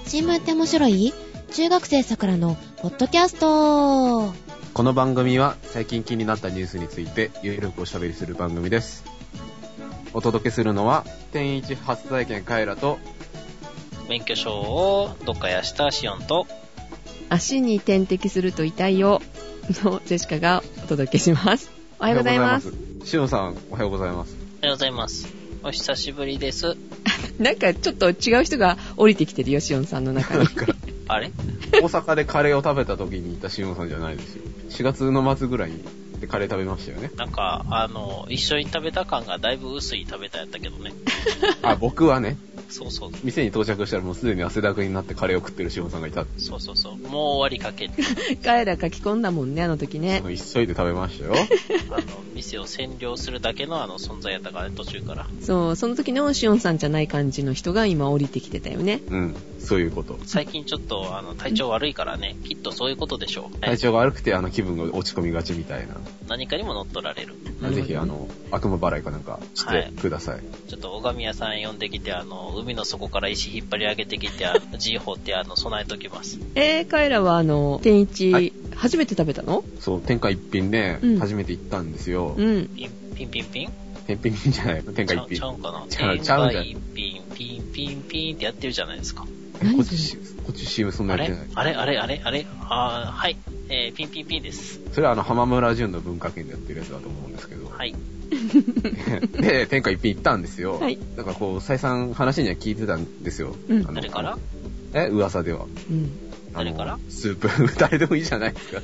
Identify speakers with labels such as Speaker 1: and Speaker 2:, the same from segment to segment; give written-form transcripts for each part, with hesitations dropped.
Speaker 1: 新聞って面白い？中学生さくらのポッドキャスト。
Speaker 2: この番組は最近気になったニュースについてゆるくおしゃべりする番組です。お届けするのは天一初体験カエラと
Speaker 3: 免許証をどっかやしたシオンと
Speaker 4: 足に点滴すると痛いよのジェシカがお届けします。おはようございます。
Speaker 2: シオンさんおはようございます。
Speaker 3: おはようございます。お久しぶりです。
Speaker 4: なんかちょっと違う人が降りてきてるよ、シオンさんの中に。
Speaker 3: あれ
Speaker 2: 大阪でカレーを食べた時にいたシオンさんじゃないですよ。4月の末ぐらいにでカレー食べましたよね。
Speaker 3: なんか一緒に食べた感がだいぶ薄い食べたやったけどね。
Speaker 2: あ、僕はね。
Speaker 3: そうそう。
Speaker 2: 店に到着したらもうすでに汗だくになってカレーを食ってるシオンさんがいた。
Speaker 3: そうそうそう。もう終わりかけ。
Speaker 4: カエラ書き込んだもんね、あの時ね。
Speaker 2: 急いで食べましたよ。
Speaker 3: 店を占領するだけの存在やったからね、途中から。
Speaker 4: そう、その時のシオンさんじゃない感じの人が今降りてきてたよね。
Speaker 2: うん、そういうこと。
Speaker 3: 最近ちょっと体調悪いからね、きっとそういうことでしょう。
Speaker 2: 体調が悪くて気分が落ち込みがちみたいな。
Speaker 3: 何かにも乗っ取られる。
Speaker 2: ぜひ悪夢払いかなんかしてください。はい、
Speaker 3: ちょっと拝み屋さん呼んできて海の底から石引っ張り上げてきてG 法って備えときます。
Speaker 4: カエラは天一、
Speaker 2: はい、
Speaker 4: 初めて食べたの？
Speaker 2: そう、天下一品ね、うん、初めて行ったんですよ。
Speaker 4: うん。
Speaker 3: ピン
Speaker 2: 天品じゃないの？天下一品。
Speaker 3: ちゃうかな？
Speaker 2: ちゃう
Speaker 3: じゃん。天下一品、ピンってやってるじゃないですか。
Speaker 2: こっち CM そんなやってない。
Speaker 3: あれはい。ピンです。
Speaker 2: それは浜村淳の文化圏でやってるやつだと思うんですけど。
Speaker 3: はい。
Speaker 2: で、天下一品行ったんですよ。
Speaker 4: はい。
Speaker 2: だから再三話には聞いてたんですよ。
Speaker 4: うん。
Speaker 3: 誰から？
Speaker 2: 噂では。
Speaker 4: うん。
Speaker 3: 誰から？
Speaker 2: スープ、誰でもいいじゃないですか。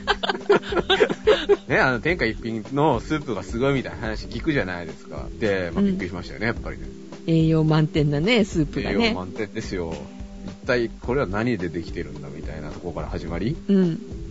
Speaker 2: ね、天下一品のスープがすごいみたいな話聞くじゃないですか。で、びっくりしましたよね、やっぱりね。
Speaker 4: 栄養満点なね、スープがね。
Speaker 2: 栄養満点ですよ。一体これは何でできてるんだみたいなところから始まり、
Speaker 4: うん、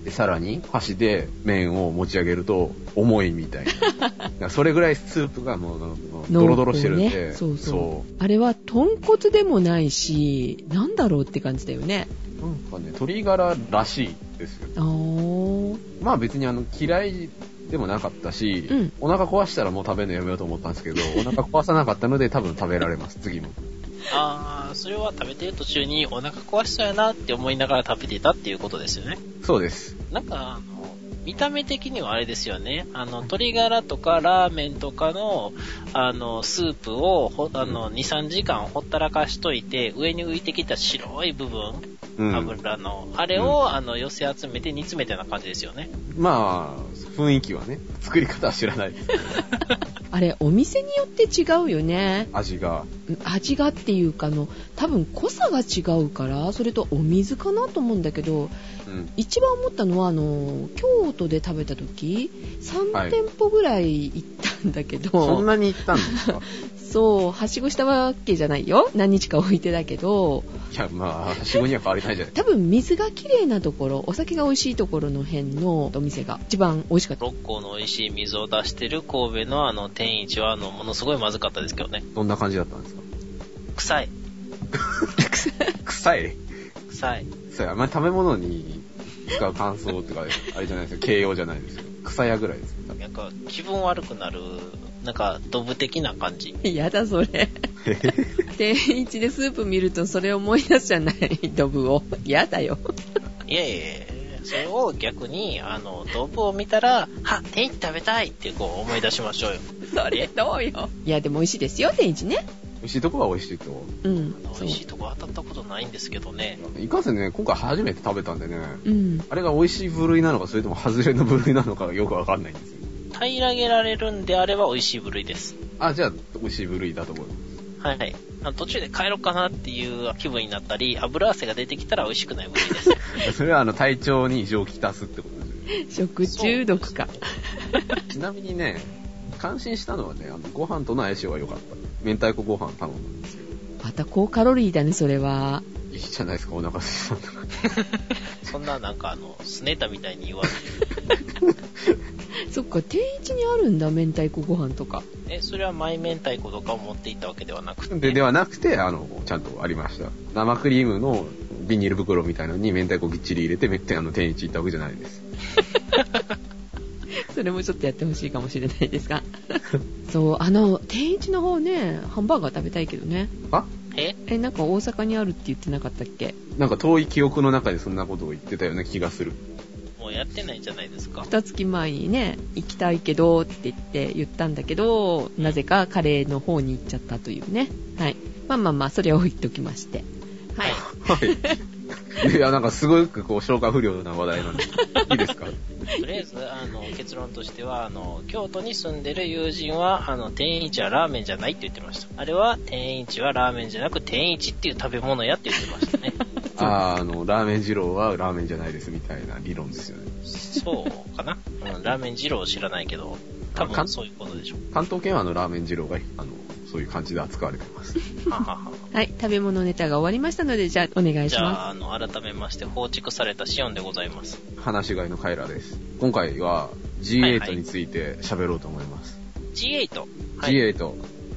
Speaker 2: でさらに箸で麺を持ち上げると重いみたいな。それぐらいスープがもうドロドロしてるんで、
Speaker 4: ね、そうあれは豚骨でもないし、なんだろうって感じだよね。
Speaker 2: なんかね、鶏ガラらしいですよ。まあ別に嫌いでもなかったし、うん、お腹壊したらもう食べるのやめようと思ったんですけど、お腹壊さなかったので多分食べられます、次も。
Speaker 3: それは食べてる途中にお腹壊しそうやなって思いながら食べてたっていうことですよね。
Speaker 2: そうです。
Speaker 3: なんか見た目的にはあれですよね。鶏ガラとかラーメンとかのスープを2、3時間ほったらかしといて、上に浮いてきた白い部分、うん、油のあれを、寄せ集めて煮詰めたような感じですよね。
Speaker 2: まあ雰囲気はね、作り方は知らないです。
Speaker 4: あれお店によって違うよね。
Speaker 2: 味が
Speaker 4: っていうか多分濃さが違うから、それとお水かなと思うんだけど、うん、一番思ったのは京都で食べた時3店舗ぐらい行ったんだけど、
Speaker 2: そんなに行ったんですか？
Speaker 4: そう、はしごしたわけじゃないよ。何日か置いてだけど。
Speaker 2: いや、まあ、はしごには変わりないじゃない。
Speaker 4: 多分、水がきれいなところ、お酒が美味しいところの辺のお店が一番美味しかった。
Speaker 3: 六甲の美味しい水を出してる神戸の天一はものすごいまずかったですけどね。
Speaker 2: どんな感じだったんですか？
Speaker 3: 臭い。
Speaker 2: 臭い。あんまり食べ物に使う感想ってか、あれじゃないですよ。形容じゃないですよ。草屋ぐらいですよ。
Speaker 3: なんか、気分悪くなる。なんかドブ的な感じ。
Speaker 4: やだそれ。天一でスープ見るとそれ思い出すじゃない、ドブを。やだよ。
Speaker 3: いやそれを逆にドブを見たら、天一食べたいって思い出しましょうよ。
Speaker 4: それどうよ。いやでも美味しいですよ、天一ね。
Speaker 2: 美味しいとこは美味しいと。
Speaker 4: うん。
Speaker 3: 美味しいとこ当たったことないんですけどね。
Speaker 2: いかんせんね、今回初めて食べたんでね。
Speaker 4: うん。
Speaker 2: あれが美味しい部類なのか、それとも外れの部類なのかよくわかんないんですよ。
Speaker 3: 平らげられるんであれば美味しい部類です。
Speaker 2: じゃあ美味しい部類だと思います。
Speaker 3: はい。途中で帰ろうかなっていう気分になったり、油汗が出てきたら美味しくない部類です。
Speaker 2: それは体調に異常をきたすってことです
Speaker 4: よ。食中毒か。
Speaker 2: ちなみにね、感心したのはね、ご飯との相性が良かった。明太子ご飯頼んだんですよ。
Speaker 4: また高カロリーだね、それは。
Speaker 2: いいじゃないですか、お腹すいたんだから。
Speaker 3: そんななんかスネタみたいに言わず。
Speaker 4: そっか、天一にあるんだ、明太子ご飯とか。
Speaker 3: それはマイ明太子とかを持っていったわけではなくて。
Speaker 2: ではなくて、ちゃんとありました。生クリームのビニール袋みたいなのに明太子ぎっちり入れて、天一行ったわけじゃないです。
Speaker 4: それもちょっとやってほしいかもしれないですが。そう、天一の方ね、ハンバーガー食べたいけどね。 なんか大阪にあるって言ってなかったっけ？
Speaker 2: なんか遠い記憶の中でそんなことを言ってたような気がする。
Speaker 3: もうやってないじゃないですか。
Speaker 4: 2月前にね、行きたいけどって言ったんだけど、なぜかカレーの方に行っちゃったというね。はい。まあ、それは置いときまして。はい。
Speaker 2: はい。いや、なんかすごくこう消化不良な話題なんで、いいですか？
Speaker 3: とりあえず、結論としては、京都に住んでる友人は、天一はラーメンじゃないって言ってました。あれは、天一はラーメンじゃなく、天一っていう食べ物やって言ってましたね。
Speaker 2: ラーメン二郎はラーメンじゃないですみたいな理論ですよね。
Speaker 3: そうかな。ラーメン二郎知らないけど、多分そういうことでしょう。
Speaker 2: 関東圏はラーメン二郎が、そういう感じで扱われています。
Speaker 4: はい、食べ物ネタが終わりましたので、じゃあお願いします。
Speaker 3: じゃあ、改めまして放逐されたシオンでございます。
Speaker 2: 話し飼いのカイラです。今回は G8 について喋ろうと思います。
Speaker 3: G8？
Speaker 2: はい、G8。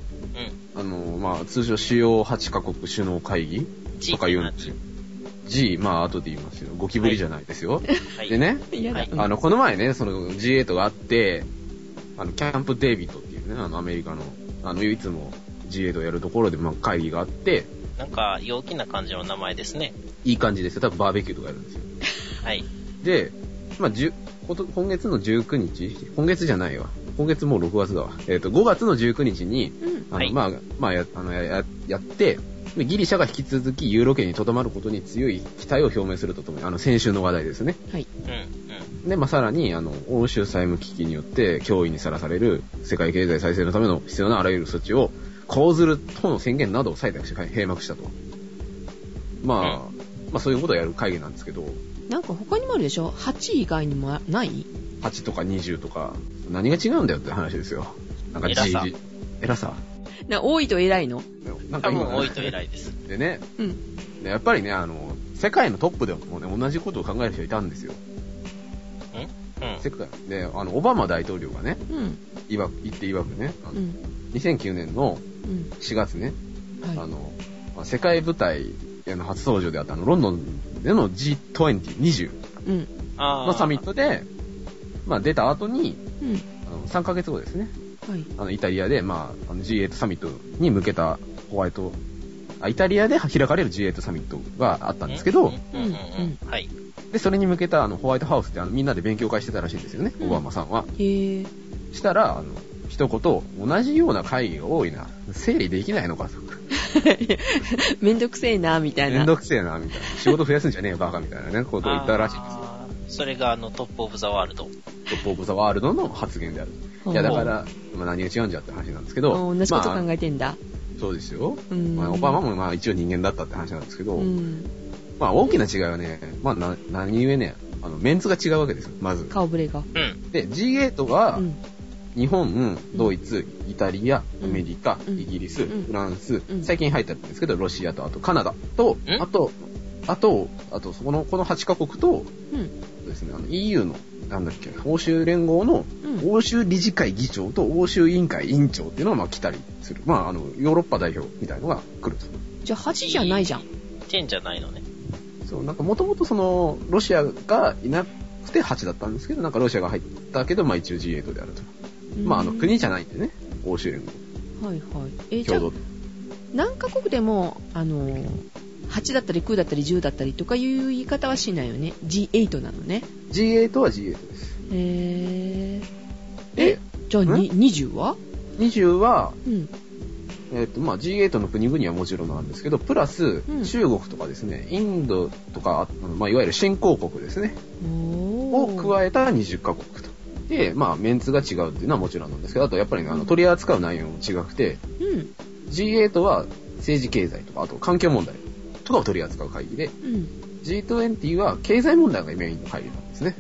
Speaker 2: 通称主要8カ国首脳会議とか言うんですよ。G、後で言いますよ。ゴキブリじゃないですよ。はい、でね、この前ね、その G8 があって、キャンプデイビッドっていうね、アメリカの、いつも G8 をやるところで、会議があって、
Speaker 3: なんか、陽気な感じの名前ですね。
Speaker 2: いい感じですよ。多分バーベキューとかやるんですよ。
Speaker 3: はい。
Speaker 2: で、今月の19日、今月じゃないわ。今月もう6月だわ。5月の19日に、やって、ギリシャが引き続きユーロ圏に留まることに強い期待を表明するとともに、先週の話題ですね。
Speaker 4: はい。
Speaker 2: で、さらに、欧州債務危機によって脅威にさらされる世界経済再生のための必要なあらゆる措置を講ずるとの宣言などを採択して閉幕したと。そういうことをやる会議なんですけど。
Speaker 4: なんか他にもあるでしょ？ 8 以外にもない？
Speaker 2: 8 とか20とか、何が違うんだよって話ですよ。なんか偉さ。
Speaker 4: 多いと偉いの？
Speaker 3: なんか今多いと偉いです。
Speaker 2: でね、でやっぱりね、世界のトップでもね、同じことを考える人いたんですよ。世界で、オバマ大統領がね、言って曰くね、2009年の4月ね、世界舞台への初登場であったロンドンでの G20 のサミットで、出た後に、3ヶ月後ですね、イタリアで、G8 サミットに向けたイタリアで開かれる G8 サミットがあったんですけど、で、それに向けたホワイトハウスってみんなで勉強会してたらしいんですよね、オバマさんは。したら、一言、同じような会議が多いな。整理できないのかと。
Speaker 4: めんどくせえな、みたいな。
Speaker 2: めんどくせえな、みたいな。仕事増やすんじゃねえよ、バカみたいなね、ことを言ったらしいんですよ。
Speaker 3: それがトップオブザワールド。
Speaker 2: トップオブザワールドの発言である。いや、だから、何が違うんじゃって話なんですけど。
Speaker 4: 同じこと考えてんだ。
Speaker 2: そうですよ。オバマも一応人間だったって話なんですけど、大きな違いはね、何故ね、メンツが違うわけですよ、まず。
Speaker 4: 顔ぶれが。
Speaker 2: で、G8 は、日本、ドイツ、イタリア、アメリカ、イギリス、フランス、最近入ったんですけど、ロシアと、あとカナダと、この8カ国と、ですね、EU の、欧州連合の、欧州理事会議長と欧州委員会委員長っていうのが来たりする。ヨーロッパ代表みたいのが来ると。
Speaker 4: じゃあ8じゃないじゃん。
Speaker 3: 10じゃないのね。
Speaker 2: そう、もともとロシアがいなくて8だったんですけど、ロシアが入ったけど、一応 G8 であると。国じゃないんでね、欧州連合。
Speaker 4: はいはい。じゃあ、何カ国でも、8だったり9だったり10だったりとかいう言い方はしないよね。G8 なのね。
Speaker 2: G8 は G8 です。
Speaker 4: じゃあ20は
Speaker 2: ?20 は、G8 の国々はもちろんなんですけど、プラス、中国とかですね、インドとか、いわゆる新興国ですね。を加えた20カ国と。で、メンツが違うっていうのはもちろんなんですけど、あとやっぱり取り扱う内容も違くて、G8 は政治経済とか、あと環境問題とかを取り扱う会議で、G20 は経済問題がメインの会議なんですね。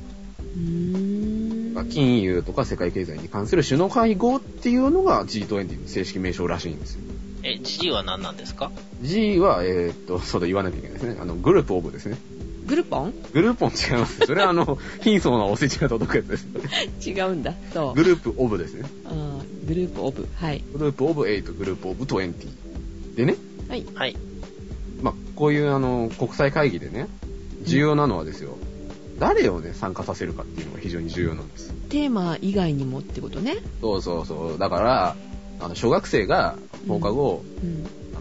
Speaker 2: 金融とか世界経済に関する首脳会合っていうのが G20 の正式名称らしいんですよ。
Speaker 3: G は何なんですか？
Speaker 2: G は、そうだ言わなきゃいけないですね。グループオブですね。
Speaker 4: グルポン？
Speaker 2: グルーポン違います。それは貧相なおせちが届くやつです。
Speaker 4: 違うんだ。そう。
Speaker 2: グループオブですね。
Speaker 4: グループオブ。はい。
Speaker 2: グループオブ8、グループオブ20。でね。
Speaker 4: はい。
Speaker 3: はい。
Speaker 2: こういう国際会議でね、重要なのはですよ、誰をね、参加させるかっていうのが非常に重要なんです。
Speaker 4: テーマ以外にもってことね。
Speaker 2: そう。だから、小学生が放課後、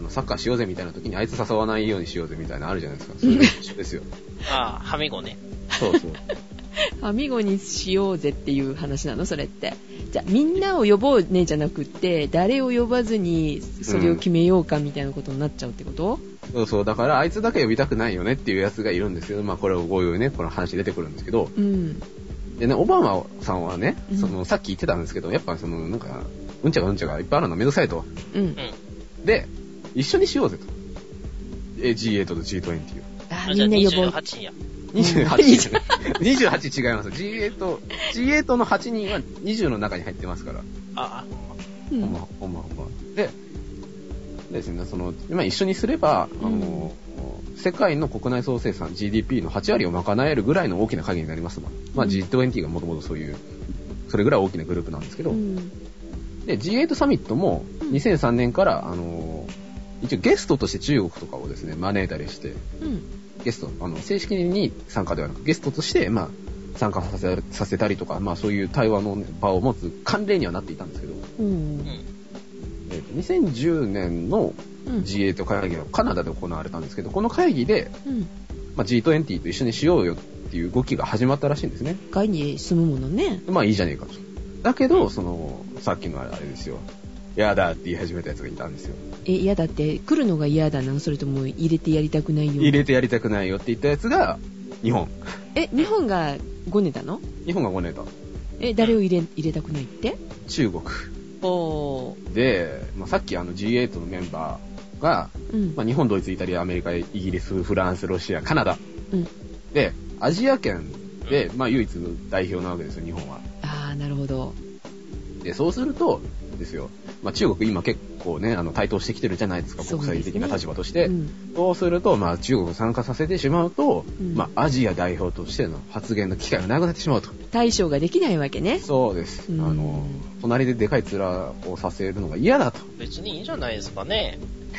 Speaker 2: サッカーしようぜみたいな時にあいつ誘わないようにしようぜみたいなのあるじゃないですか。それと一緒ですよ。
Speaker 3: ああ、はみごね。
Speaker 2: そうそう。
Speaker 4: はみごにしようぜっていう話なのそれって。じゃあみんなを呼ぼうねじゃなくって、誰を呼ばずにそれを決めようかみたいなことになっちゃうってこと？
Speaker 2: そうそう。だからあいつだけ呼びたくないよねっていうやつがいるんですけど、まあこれをこういうね、この話出てくるんですけど、でね、オバマさんはね、さっき言ってたんですけど、やっぱなんか、うんちゃがいっぱいあるのめんどくさいと。で、一緒にしようぜと。G8 と G20 を。
Speaker 4: みんな呼ぼう。
Speaker 3: 28や。
Speaker 2: 28違います。G8 の8人は20の中に入ってますから。ほんま。でですね、今一緒にすれば、世界の国内総生産 GDP の8割を賄えるぐらいの大きな会議になりますもん。まあ G20 がもともとそれぐらい大きなグループなんですけど、で、G8 サミットも2003年から、一応ゲストとして中国とかをですね、招いたりして、ゲスト、正式に参加ではなく、ゲストとして、まあ、参加させたりとか、まあそういう対話の、場を持つ慣例にはなっていたんですけど、2010年の G8 会議がカナダで行われたんですけど、この会議で、まあ、G20 と一緒にしようよっていう動きが始まったらしいんですね。
Speaker 4: 会に住むものね。
Speaker 2: まあいいじゃねえかと。だけど、さっきのあれですよ。嫌だって言い始めたやつがいたんですよ。
Speaker 4: 嫌だって来るのが嫌だな、それとも入れてやりたくないよ。
Speaker 2: 入れてやりたくないよって言ったやつが日本。
Speaker 4: 日本がごねたの？日
Speaker 2: 本がごねた。
Speaker 4: 誰を入れたくないって？
Speaker 2: 中国。で、まあ、さっきG8 のメンバーが、まあ、日本、ドイツ、イタリア、アメリカ、イギリス、フランス、ロシア、カナダ。で、アジア圏で、まあ、唯一代表なわけですよ、日本は。
Speaker 4: なるほど。
Speaker 2: で、そうすると、ですよ。まあ、中国今結構ね、台頭してきてるじゃないですか、国際的な立場として。そうすると、まあ、中国を参加させてしまうと、まあ、アジア代表としての発言の機会がなくなってしまうと。
Speaker 4: 対処ができないわけね。
Speaker 2: そうです。隣ででかい面をさせるのが嫌だと。
Speaker 3: 別にいいんじゃないですかね。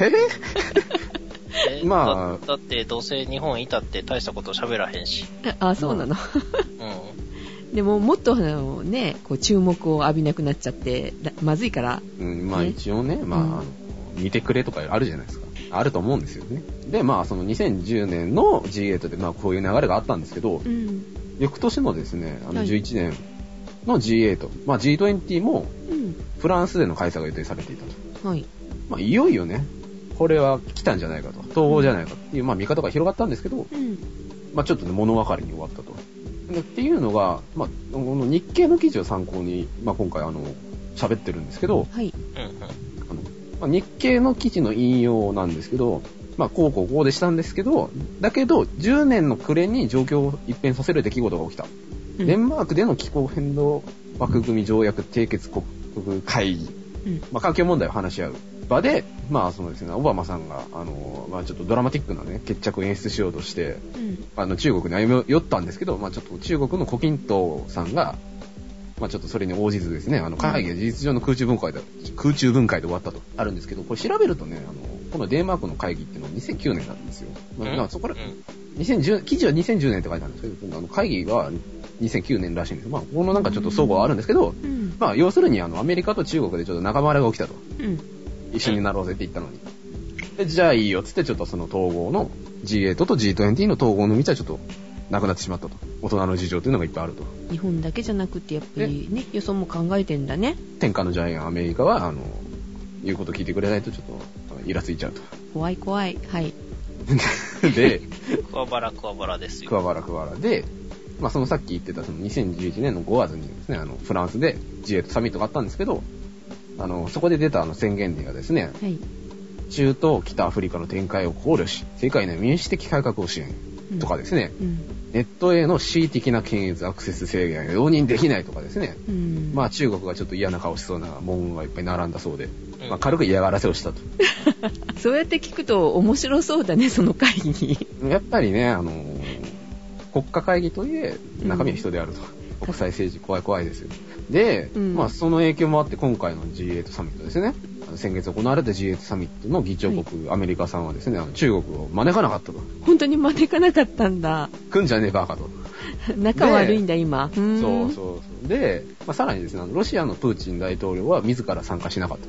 Speaker 2: まあ。
Speaker 3: だってどうせ日本いたって大したこと喋らへんし。
Speaker 4: そうなの。でももっとね、こう注目を浴びなくなっちゃってまずいから。
Speaker 2: まあ一応ね、まあ、見てくれとかあるじゃないですか。あると思うんですよね。で、まあ2010年の G8 でまあこういう流れがあったんですけど、翌年のですね、11年の G8、まあ G20 もフランスでの開催が予定されていたと。まあいよいよね、これは来たんじゃないかと、統合じゃないかっていう、まあ見方が広がったんですけど、まあちょっとね、物分かりに終わったと。っていうのが、まあ、この日経の記事を参考に、まあ今回喋ってるんですけど、まあ、日経の記事の引用なんですけど、まあこうでしたんですけど、だけど10年の暮れに状況を一変させる出来事が起きた。デンマークでの気候変動枠組み条約締結国会議、まあ環境問題を話し合う場で、まあですね、オバマさんがまあちょっとドラマティックなね決着を演出しようとして、中国に歩み寄ったんですけど、まあちょっと中国の胡錦涛さんがまあちょっとそれに応じずですね、会議が事実上の空中分解で終わったとあるんですけど、これ調べるとね、このデンマークの会議っていうのは2009年なんですよ。まあそこから記事は2010年って書いてあるんですけど、会議は2009年らしいんですよ。まあこのなんかちょっと相互はあるんですけど、まあ要するにアメリカと中国でちょっと仲間割れが起きたと。一緒になろうぜって言ったのに。で、じゃあいいよっつってちょっとその統合の G8 と G20 の統合の道はちょっとなくなってしまったと。大人の事情というのがいっぱいあると。
Speaker 4: 日本だけじゃなくてやっぱりね、よそも考えてんだね。
Speaker 2: 天下のジャイアンアメリカは言うこと聞いてくれないとちょっとイラついちゃうと。
Speaker 4: 怖い。はい。
Speaker 2: で、
Speaker 3: クワバラですよ。
Speaker 2: クワバラで、まあそのさっき言ってたその2011年の5月にですね、フランスで G8 サミットがあったんですけど、そこで出た宣言ではですね、中東北アフリカの展開を考慮し、世界の民主的改革を支援とかですね、ネットへの恣意的な検閲アクセス制限が容認できないとかですね、まあ中国がちょっと嫌な顔しそうな文言がいっぱい並んだそうで、まあ軽く嫌がらせをしたと。
Speaker 4: そうやって聞くと面白そうだね、その会議。
Speaker 2: やっぱりね、国家会議といえ中身は人であると。国際政治怖いですよ。で、まあその影響もあって今回の G8 サミットですね。先月行われた G8 サミットの議長国、アメリカさんはですね、中国を招かなかったと。
Speaker 4: 本当に招かなかったんだ。
Speaker 2: 来んじゃねえバカと。
Speaker 4: 仲悪いんだ今。
Speaker 2: そう。で、さらにですね、ロシアのプーチン大統領は自ら参加しなかった。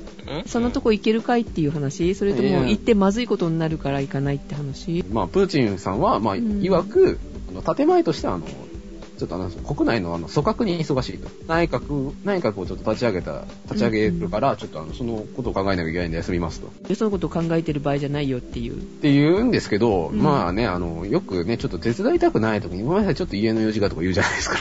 Speaker 4: そのとこ行けるかいっていう話？それとも行ってまずいことになるから行かないって話？
Speaker 2: プーチンさんは、曰く、建前としては、ちょっと国内の組閣に忙しいと。内閣をちょっと立ち上げるから、ちょっとそのことを考えなきゃいけないんで休みますと。
Speaker 4: で、そのことを考えてる場合じゃないよっていう。
Speaker 2: って言うんですけど、よくね、ちょっと手伝いたくないときに、ごめんなさい、ちょっと家の用事がとか言うじゃないですか。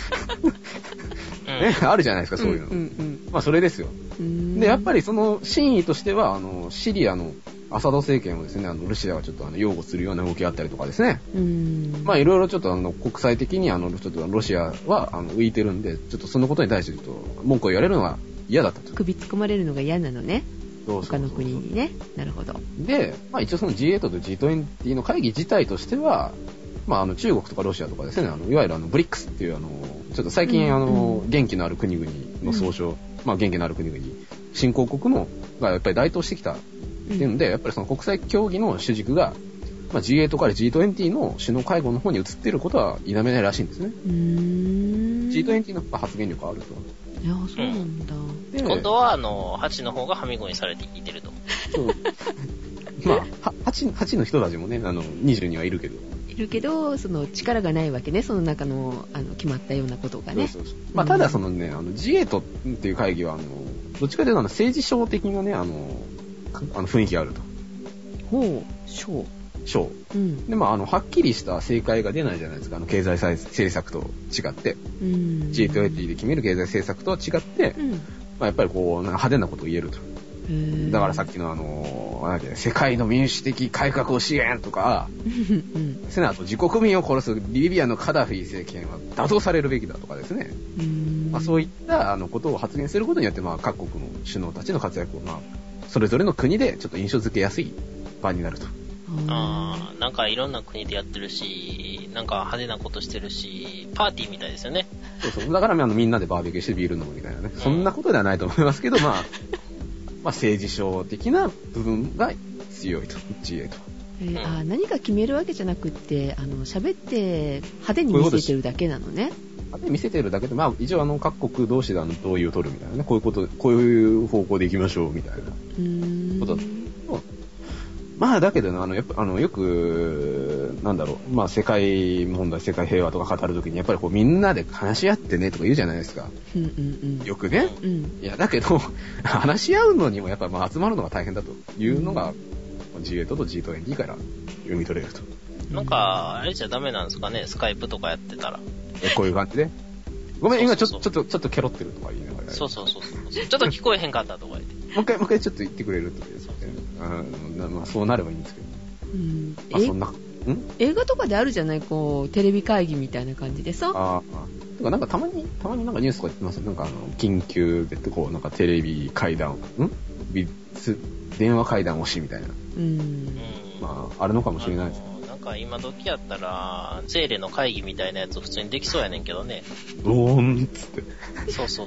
Speaker 2: ね、あるじゃないですか、そういうの。それですよ。で、やっぱりその真意としては、シリアのアサド政権をですね、ロシアがちょっと擁護するような動きがあったりとかですね。いろいろちょっと国際的にちょっとロシアは浮いてるんで、ちょっとそのことに対してちょっと文句を言われるのが嫌だったと。
Speaker 4: 首突っ込まれるのが嫌なのね。他の国にね。なるほど。
Speaker 2: で、一応その G8 と G20 の会議自体としては、中国とかロシアとかですね、いわゆるブリックスっていうちょっと最近元気のある国々の総称、元気のある国々、新興国のがやっぱり台頭してきたっていうので、やっぱりその国際協議の主軸が、G8 から G20 の首脳会合の方に移っていることは否めないらしいんですね。G20 の発言力があると。
Speaker 4: いや、そうなんだ。
Speaker 3: 今度は8の方がはみごにされていてると。
Speaker 2: そう。8の人たちもね、20にはいるけど。
Speaker 4: その力がないわけね、その中の、決まったようなことがね。
Speaker 2: そう。ただそのね、G8 っていう会議は、どっちかというと政治省的なね、雰囲気があると。
Speaker 4: ほう、省。
Speaker 2: で、はっきりした正解が出ないじゃないですか、経済政策と違って。G20 で決める経済政策とは違って、やっぱり派手なことを言えると。だからさっきの世界の民主的改革を支援とか、ですね、あと自国民を殺すリビアのカダフィ政権は打倒されるべきだとかですね。そういったことを発言することによって、各国の首脳たちの活躍を、それぞれの国でちょっと印象付けやすい場になると。
Speaker 3: なんかいろんな国でやってるし、なんか派手なことしてるし、パーティーみたいですよね。
Speaker 2: そう。だからみんなでバーベキューしてビール飲むみたいなね。そんなことではないと思いますけど、政治省的な部分が強いと、G8 は。
Speaker 4: 何か決めるわけじゃなくって、喋って派手に見せてるだけなのね。
Speaker 2: 派手に見せてるだけで、一応各国同士で同意を取るみたいなね、こういう方向で行きましょうみたいなことだと。だけどやっぱよく、世界問題、世界平和とか語るときに、やっぱりみんなで話し合ってねとか言うじゃないですか。よくね。いや、だけど、話し合うのにもやっぱ集まるのが大変だというのが、G8 と G20 から読み取れると。
Speaker 3: なんか、あれじゃダメなんですかね、スカイプとかやってたら。
Speaker 2: こういう感じで。ごめん、今ちょっとケロってるとか言いながら。
Speaker 3: そう。ちょっと聞こえへんかったとか言って。
Speaker 2: もう一回ちょっと言ってくれるとかですね。そうなればいいんですけど。そんな。
Speaker 4: 映画とかであるじゃない、テレビ会議みたいな感じでさ。
Speaker 2: なんかたまになんかニュースとか言ってますよ。なんか緊急でなんかテレビ会談、電話会談推しみたいな。あるのかもしれないです。
Speaker 3: なんか今時やったら、ゼーレの会議みたいなやつ普通にできそうやねんけどね。
Speaker 2: ドーンっつって。
Speaker 3: そう。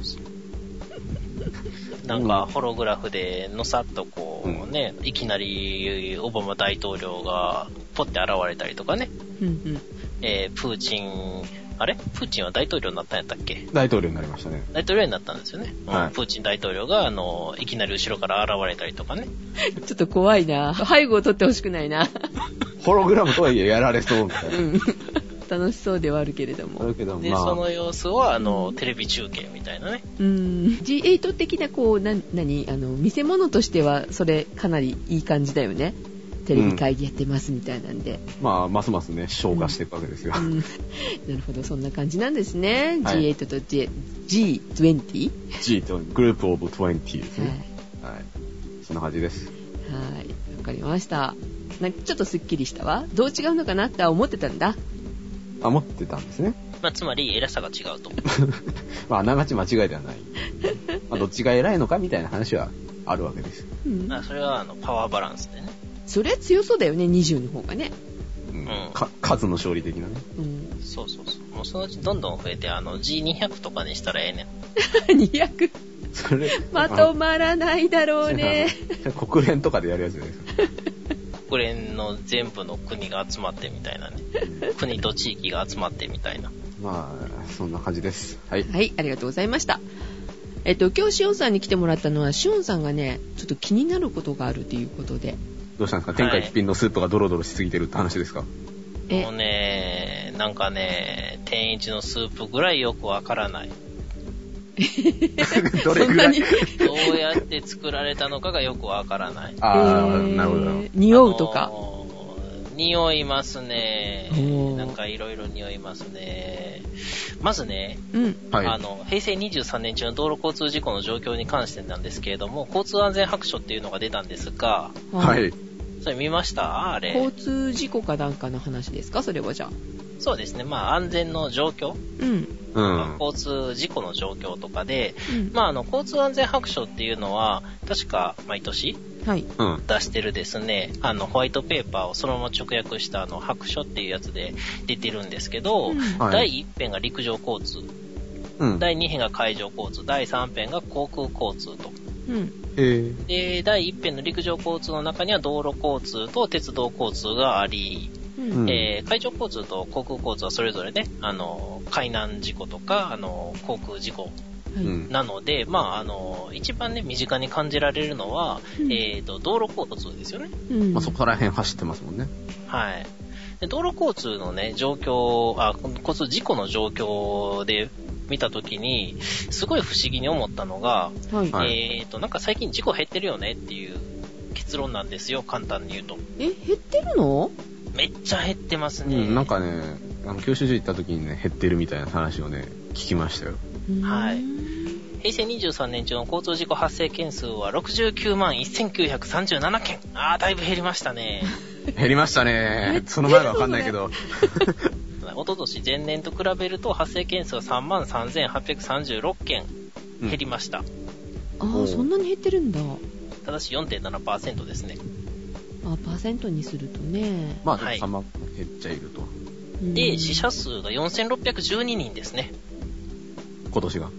Speaker 3: なんかホログラフでのさっといきなりオバマ大統領がポッて現れたりとかね。プーチンは大統領になったんやったっけ？
Speaker 2: 大統領になりましたね。
Speaker 3: 大統領になったんですよね。プーチン大統領がいきなり後ろから現れたりとかね。
Speaker 4: ちょっと怖いな。背後を取ってほしくないな。
Speaker 2: ホログラムとはいえやられそうみたいな。
Speaker 4: 楽しそうではあるけれども。
Speaker 3: で、その様子はテレビ中継みたいなね。
Speaker 4: G8 的な見せ物としてはそれかなりいい感じだよね。テレビ会議やってますみたいなんで。
Speaker 2: ますますね、消化していくわけですよ。な
Speaker 4: るほど、そんな感じなんですね。G8 と G20？
Speaker 2: G とグループオブ20ですね。そんな感じです。
Speaker 4: はい、わかりました。ちょっとスッキリしたわ。どう違うのかなって思ってたんだ。
Speaker 2: 思ってたんですね。
Speaker 3: つまり偉さが違うと。
Speaker 2: あながち間違いではない。どっちが偉いのかみたいな話はあるわけです。
Speaker 3: それはパワーバランスでね。
Speaker 4: それは強そうだよね、20の方がね。
Speaker 2: 数の勝利的なね。
Speaker 3: そう。もうそのうちどんどん増えて、G200 とかにしたらええね
Speaker 4: ん。200? それまとまらないだろうね。
Speaker 2: 国連とかでやるやつじゃないですか。
Speaker 3: 国連の全部の国が集まってみたいなね。国と地域が集まってみたいな。
Speaker 2: まあ、そんな感じです。はい。
Speaker 4: はい、ありがとうございました。今日しおんさんに来てもらったのは、しおんさんがね、ちょっと気になることがあるということで。
Speaker 2: どうしたんですか？天下一品のスープがドロドロしすぎてるって話ですか？
Speaker 3: もうね、なんかね、天一のスープぐらいよくわからない。
Speaker 2: どれぐらい？
Speaker 3: どうやって作られたのかがよくわからない。
Speaker 2: なるほど。
Speaker 4: 匂うとか。
Speaker 3: 匂いますね。なんかいろいろ匂いますね。まずね、
Speaker 2: はい、
Speaker 3: 平成23年中の道路交通事故の状況に関してなんですけれども、交通安全白書っていうのが出たんですが、
Speaker 2: はい。
Speaker 3: それ見ました？あれ。
Speaker 4: 交通事故かなんかの話ですか？それはじゃあ。
Speaker 3: そうですね。まあ安全の状況、交通事故の状況とかで、まあ交通安全白書っていうのは確か毎年出してるですね、ホワイトペーパーをそのまま直訳した白書っていうやつで出てるんですけど、第1編が陸上交通、第2編が海上交通、第3編が航空交通と。で、第1編の陸上交通の中には道路交通と鉄道交通があり、海上交通と航空交通はそれぞれね、海難事故とか、航空事故なので、まあ、一番ね、身近に感じられるのは、道路交通ですよね。
Speaker 2: まあ、そこら辺走ってますもんね。
Speaker 3: はい。で道路交通のね、交通事故の状況で見たときに、すごい不思議に思ったのが、なんか最近事故減ってるよねっていう結論なんですよ、簡単に言うと。
Speaker 4: 減ってるの？
Speaker 3: めっちゃ減ってますね。
Speaker 2: なんかね、教習所行った時にね、減ってるみたいな話をね、聞きましたよ。
Speaker 3: はい。平成23年中の交通事故発生件数は69万1937件。だいぶ減りましたね。
Speaker 2: 減りましたね。その前はわかんないけど。
Speaker 3: 一昨年前年と比べると発生件数は3万3836件減りました。
Speaker 4: そんなに減ってるんだ。
Speaker 3: ただし 4.7% ですね。
Speaker 4: パーセントにするとね。
Speaker 2: まあ、3万減っちゃいると。
Speaker 3: で、死者数が4612人ですね。
Speaker 2: 今年が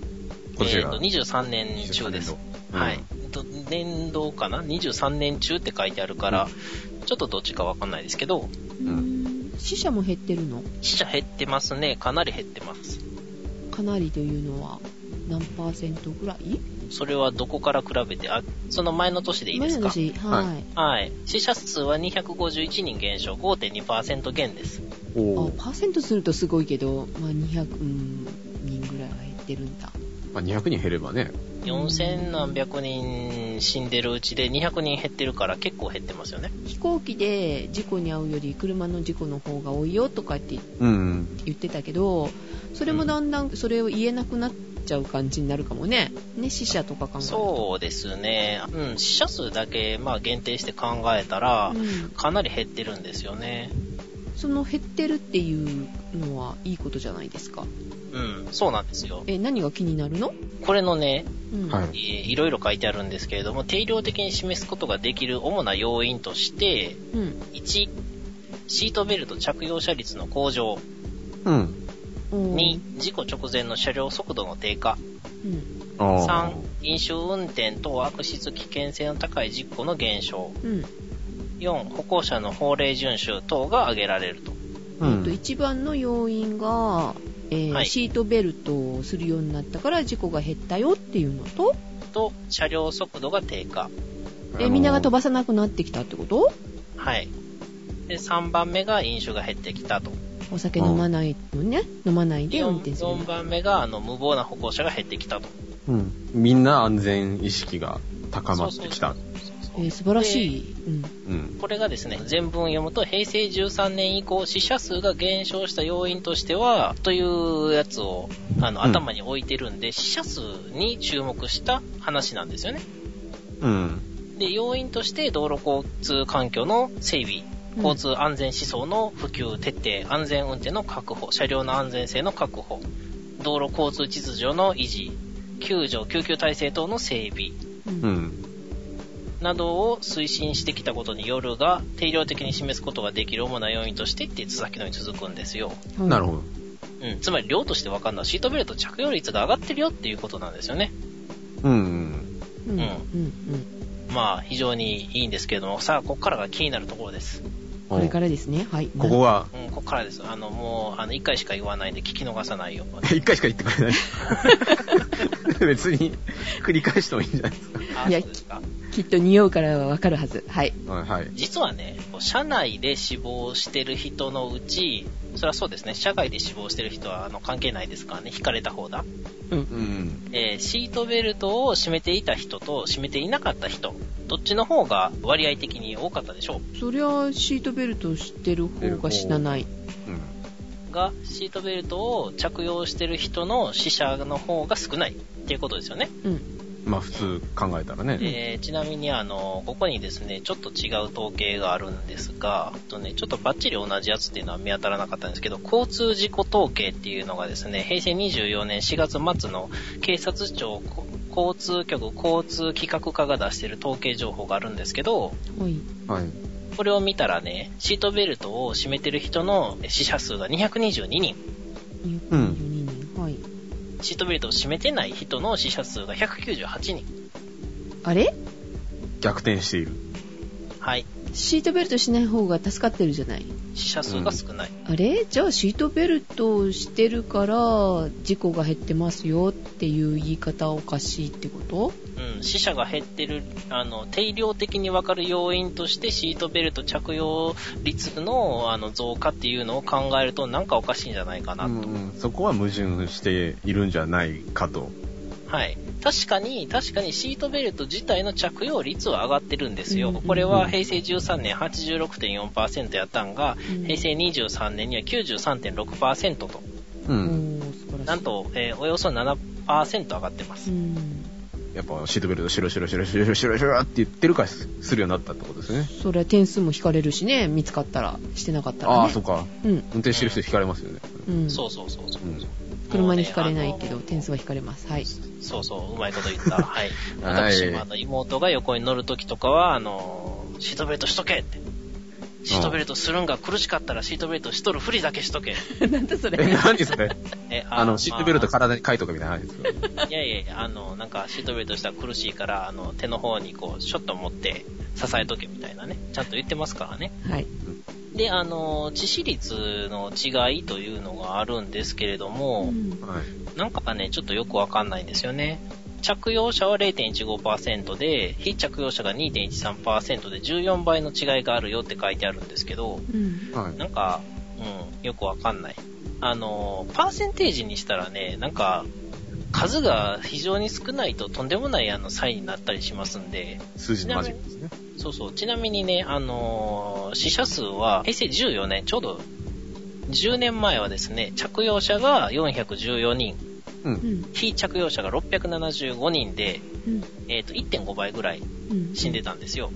Speaker 3: 23年中です。はい。年度かな ?23 年中って書いてあるから、ちょっとどっちかわかんないですけど。
Speaker 4: 死者も減ってるの？
Speaker 3: 死者減ってますね。かなり減ってます。
Speaker 4: かなりというのは何パーセントぐらい？
Speaker 3: それはどこから比べて、その前の年でいいですか？
Speaker 4: 前の年、
Speaker 3: はい。死者数は251人減少、5.2% 減です。
Speaker 4: パーセントするとすごいけど、まあ200人ぐらいは減ってるんだ。
Speaker 2: まあ200人減ればね。
Speaker 3: 4000何百人死んでるうちで200人減ってるから結構減ってますよね。
Speaker 4: 飛行機で事故に遭うより車の事故の方が多いよとかって言ってたけど、それもだんだんそれを言えなくなっちゃう感じになるかもね。死者とか考えると。
Speaker 3: そうですね。死者数だけ限定して考えたら、かなり減ってるんですよね。
Speaker 4: その減ってるっていうのはいいことじゃないですか。
Speaker 3: そうなんですよ。
Speaker 4: 何が気になるの？
Speaker 3: これのね、いろいろ書いてあるんですけれども、定量的に示すことができる主な要因として、1、シートベルト着用者率の向上。2、事故直前の車両速度の低下。3、飲酒運転等悪質危険性の高い事故の減少。4、歩行者の法令遵守等が挙げられると。
Speaker 4: 一番の要因が、シートベルトをするようになったから事故が減ったよっていうのと、
Speaker 3: 車両速度が低下。
Speaker 4: みんなが飛ばさなくなってきたってこと？
Speaker 3: はい。で、3番目が飲酒が減ってきたと。
Speaker 4: お酒飲まないのね。飲まないで運転する。
Speaker 3: 4番目が無謀な歩行者が減ってきたと。
Speaker 2: みんな安全意識が高まってきた。
Speaker 4: 素晴らしい。
Speaker 3: これがですね、全文を読むと、平成13年以降、死者数が減少した要因としては、というやつを頭に置いてるんで、死者数に注目した話なんですよね。で、要因として、道路交通環境の整備、交通安全思想の普及徹底、安全運転の確保、車両の安全性の確保、道路交通秩序の維持、救助・救急体制等の整備、などを推進してきたことによるが、定量的に示すことができる主な要因としてってさっきのに続くんですよ。
Speaker 2: なるほど。
Speaker 3: つまり量として分かるのはシートベルト着用率が上がってるよっていうことなんですよね。 まあ非常にいいんですけれども、さあここからが気になるところです。
Speaker 4: これからですね。はい。
Speaker 2: ここは、
Speaker 3: ここからです。もう1回しか言わないんで聞き逃さないよ。
Speaker 2: 1回しか言ってくれない。別に繰り返してもいいんじゃないですか。
Speaker 4: いや、きっと匂うからわかるはず。はい。
Speaker 2: はい。
Speaker 3: 実はね、社内で死亡してる人のうち、それはそうですね、社外で死亡してる人は関係ないですからね、引かれた方だ。シートベルトを締めていた人と締めていなかった人、どっちの方が割合的に多かったでしょう？
Speaker 4: そりゃシートベルトをしてる方が死なない。
Speaker 3: が、シートベルトを着用してる人の死者の方が少ないっていうことですよね。
Speaker 2: まあ普通考えたらね。
Speaker 3: ちなみにここにですね、ちょっと違う統計があるんですが、ちょっとバッチリ同じやつっていうのは見当たらなかったんですけど、交通事故統計っていうのがですね、平成24年4月末の警察庁交通局交通企画課が出している統計情報があるんですけど、
Speaker 2: はい。
Speaker 3: これを見たらね、シートベルトを締めてる人の死者数が222人。
Speaker 4: はい。
Speaker 3: シートベルトを締めてない人の死者数が198人。
Speaker 4: あれ？
Speaker 2: 逆転している。
Speaker 3: はい。
Speaker 4: シートベルトしない方が助かってるじゃない。
Speaker 3: 死者数が少ない。
Speaker 4: あれ？じゃあシートベルトをしてるから事故が減ってますよっていう言い方はおかしいってこと？
Speaker 3: 死者が減ってる、定量的にわかる要因としてシートベルト着用率の、増加っていうのを考えるとなんかおかしいんじゃないかなと。
Speaker 2: そこは矛盾しているんじゃないかと。
Speaker 3: はい。確かにシートベルト自体の着用率は上がってるんですよ。これは平成13年 86.4% やったんが、平成23年には 93.6% と。なんと、およそ 7% 上がってます。
Speaker 2: やっぱシートベルトシュルって言ってるからするようになったってことですね。
Speaker 4: それは点数も引かれるしね、見つかったら、してなかったらね。
Speaker 2: そうか。運転してる人引かれますよね。
Speaker 3: そう。
Speaker 4: 車に引かれないけど、点数は引かれます。はい。
Speaker 3: そう、うまいこと言った。はい。私も妹が横に乗るときとかは、シートベルトしとけって。シートベルトするんが苦しかったらシートベルトしとるふりだけしとけ。
Speaker 4: なんだそれ。
Speaker 2: 何それ。シートベルト体に書いとくみたいな話ですか？
Speaker 3: いや、なんかシートベルトしたら苦しいから、手の方にこう、ショット持って支えとけみたいなね。ちゃんと言ってますからね。
Speaker 4: はい。
Speaker 3: で、致死率の違いというのがあるんですけれども、なんかね、ちょっとよくわかんないんですよね。着用者は 0.15% で、非着用者が 2.13% で14倍の違いがあるよって書いてあるんですけど、なんか、よくわかんない。パーセンテージにしたらね、なんか、数が非常に少ないととんでもない差異になったりしますんで。
Speaker 2: 数字のマジックですね。
Speaker 3: そう。ちなみにね、死者数は平成14年、ちょうど10年前はですね、着用者が414人。非着用者が675人で、1.5 倍ぐらい死んでたんですよ。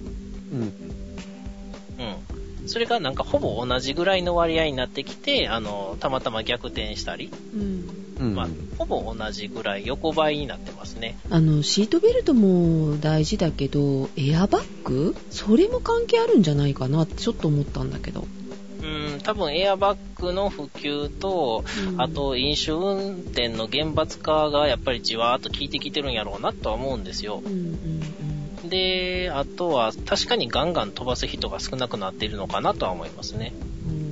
Speaker 3: それがなんかほぼ同じぐらいの割合になってきて、たまたま逆転したり、ほぼ同じぐらい横ばいになってますね。
Speaker 4: シートベルトも大事だけど、エアバッグ？それも関係あるんじゃないかなってちょっと思ったんだけど。
Speaker 3: 多分エアバッグの普及と、あと飲酒運転の厳罰化がやっぱりじわーっと効いてきてるんやろうなとは思うんですよ。で、あとは確かにガンガン飛ばす人が少なくなっているのかなとは思いますね。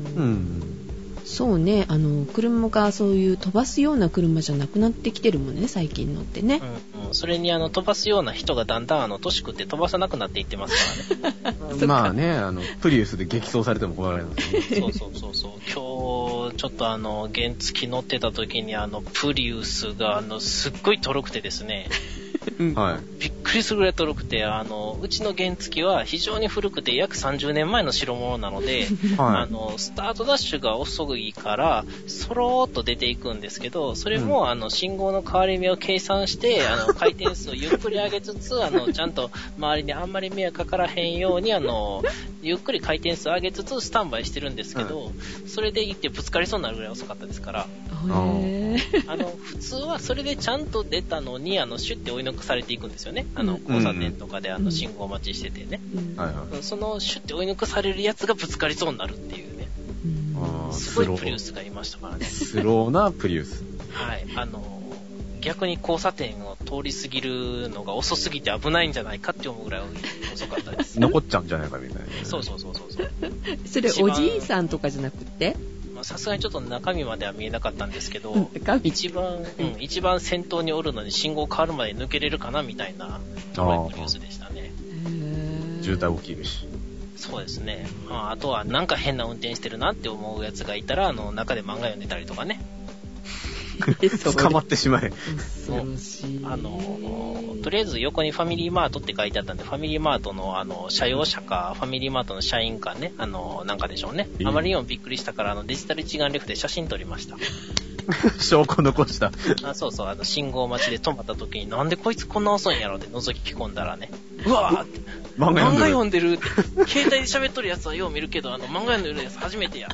Speaker 4: そうね、車がそういう飛ばすような車じゃなくなってきてるもんね、最近のってね。
Speaker 3: それに飛ばすような人がだんだん年食って飛ばさなくなっていってますからね。
Speaker 2: まあね、プリウスで激走されても困らないですね。
Speaker 3: そう。今日、ちょっと原付乗ってた時にプリウスがすっごいとろくてですね。びっくりするぐらいとろくて、うちの原付は非常に古くて約30年前の代物なので、スタートダッシュが遅いから、そろーっと出ていくんですけど、それも信号の変わり目を計算して、回転数をゆっくり上げつつ、ちゃんと周りにあんまり迷惑かからへんように、ゆっくり回転数上げつつスタンバイしてるんですけど、それで行ってぶつかりそうになるぐらい遅かったですから、普通はそれでちゃんと出たのに、シュッて追い抜かされていくんですよね。交差点とかで信号待ちしててね。そのシュッて追い抜かされるやつがぶつかりそうになるっていうね。すごいプリウスがいましたからね。
Speaker 2: スローなプリウス。
Speaker 3: はい。 逆に交差点を通り過ぎるのが遅すぎて危ないんじゃないかって思うぐらい遅かったです。
Speaker 2: 残っちゃうんじゃないかみたいな。
Speaker 3: そう。
Speaker 4: それおじいさんとかじゃなくて？
Speaker 3: さすがにちょっと中身までは見えなかったんですけど、一番先頭におるのに信号変わるまで抜けれるかなみたいなトラックニュースでしたね。
Speaker 2: 渋滞起きるし。
Speaker 3: そうですね。あとはなんか変な運転してるなって思うやつがいたら、中で漫画読んでたりとかね。
Speaker 2: 捕まってしまえ。
Speaker 4: 恐ろしい。
Speaker 3: とりあえず横にファミリーマートって書いてあったんで、ファミリーマートの社用車か、ファミリーマートの社員かね、なんかでしょうね。あまりにもびっくりしたから、デジタル一眼レフで写真撮りました。
Speaker 2: 証拠残した。
Speaker 3: そう、信号待ちで止まった時に、なんでこいつこんな遅いんやろって覗き込んだらね、うわーって、漫画読んでるって、携帯で喋っとるやつはよう見るけど、漫画読んでるやつ初めてやって。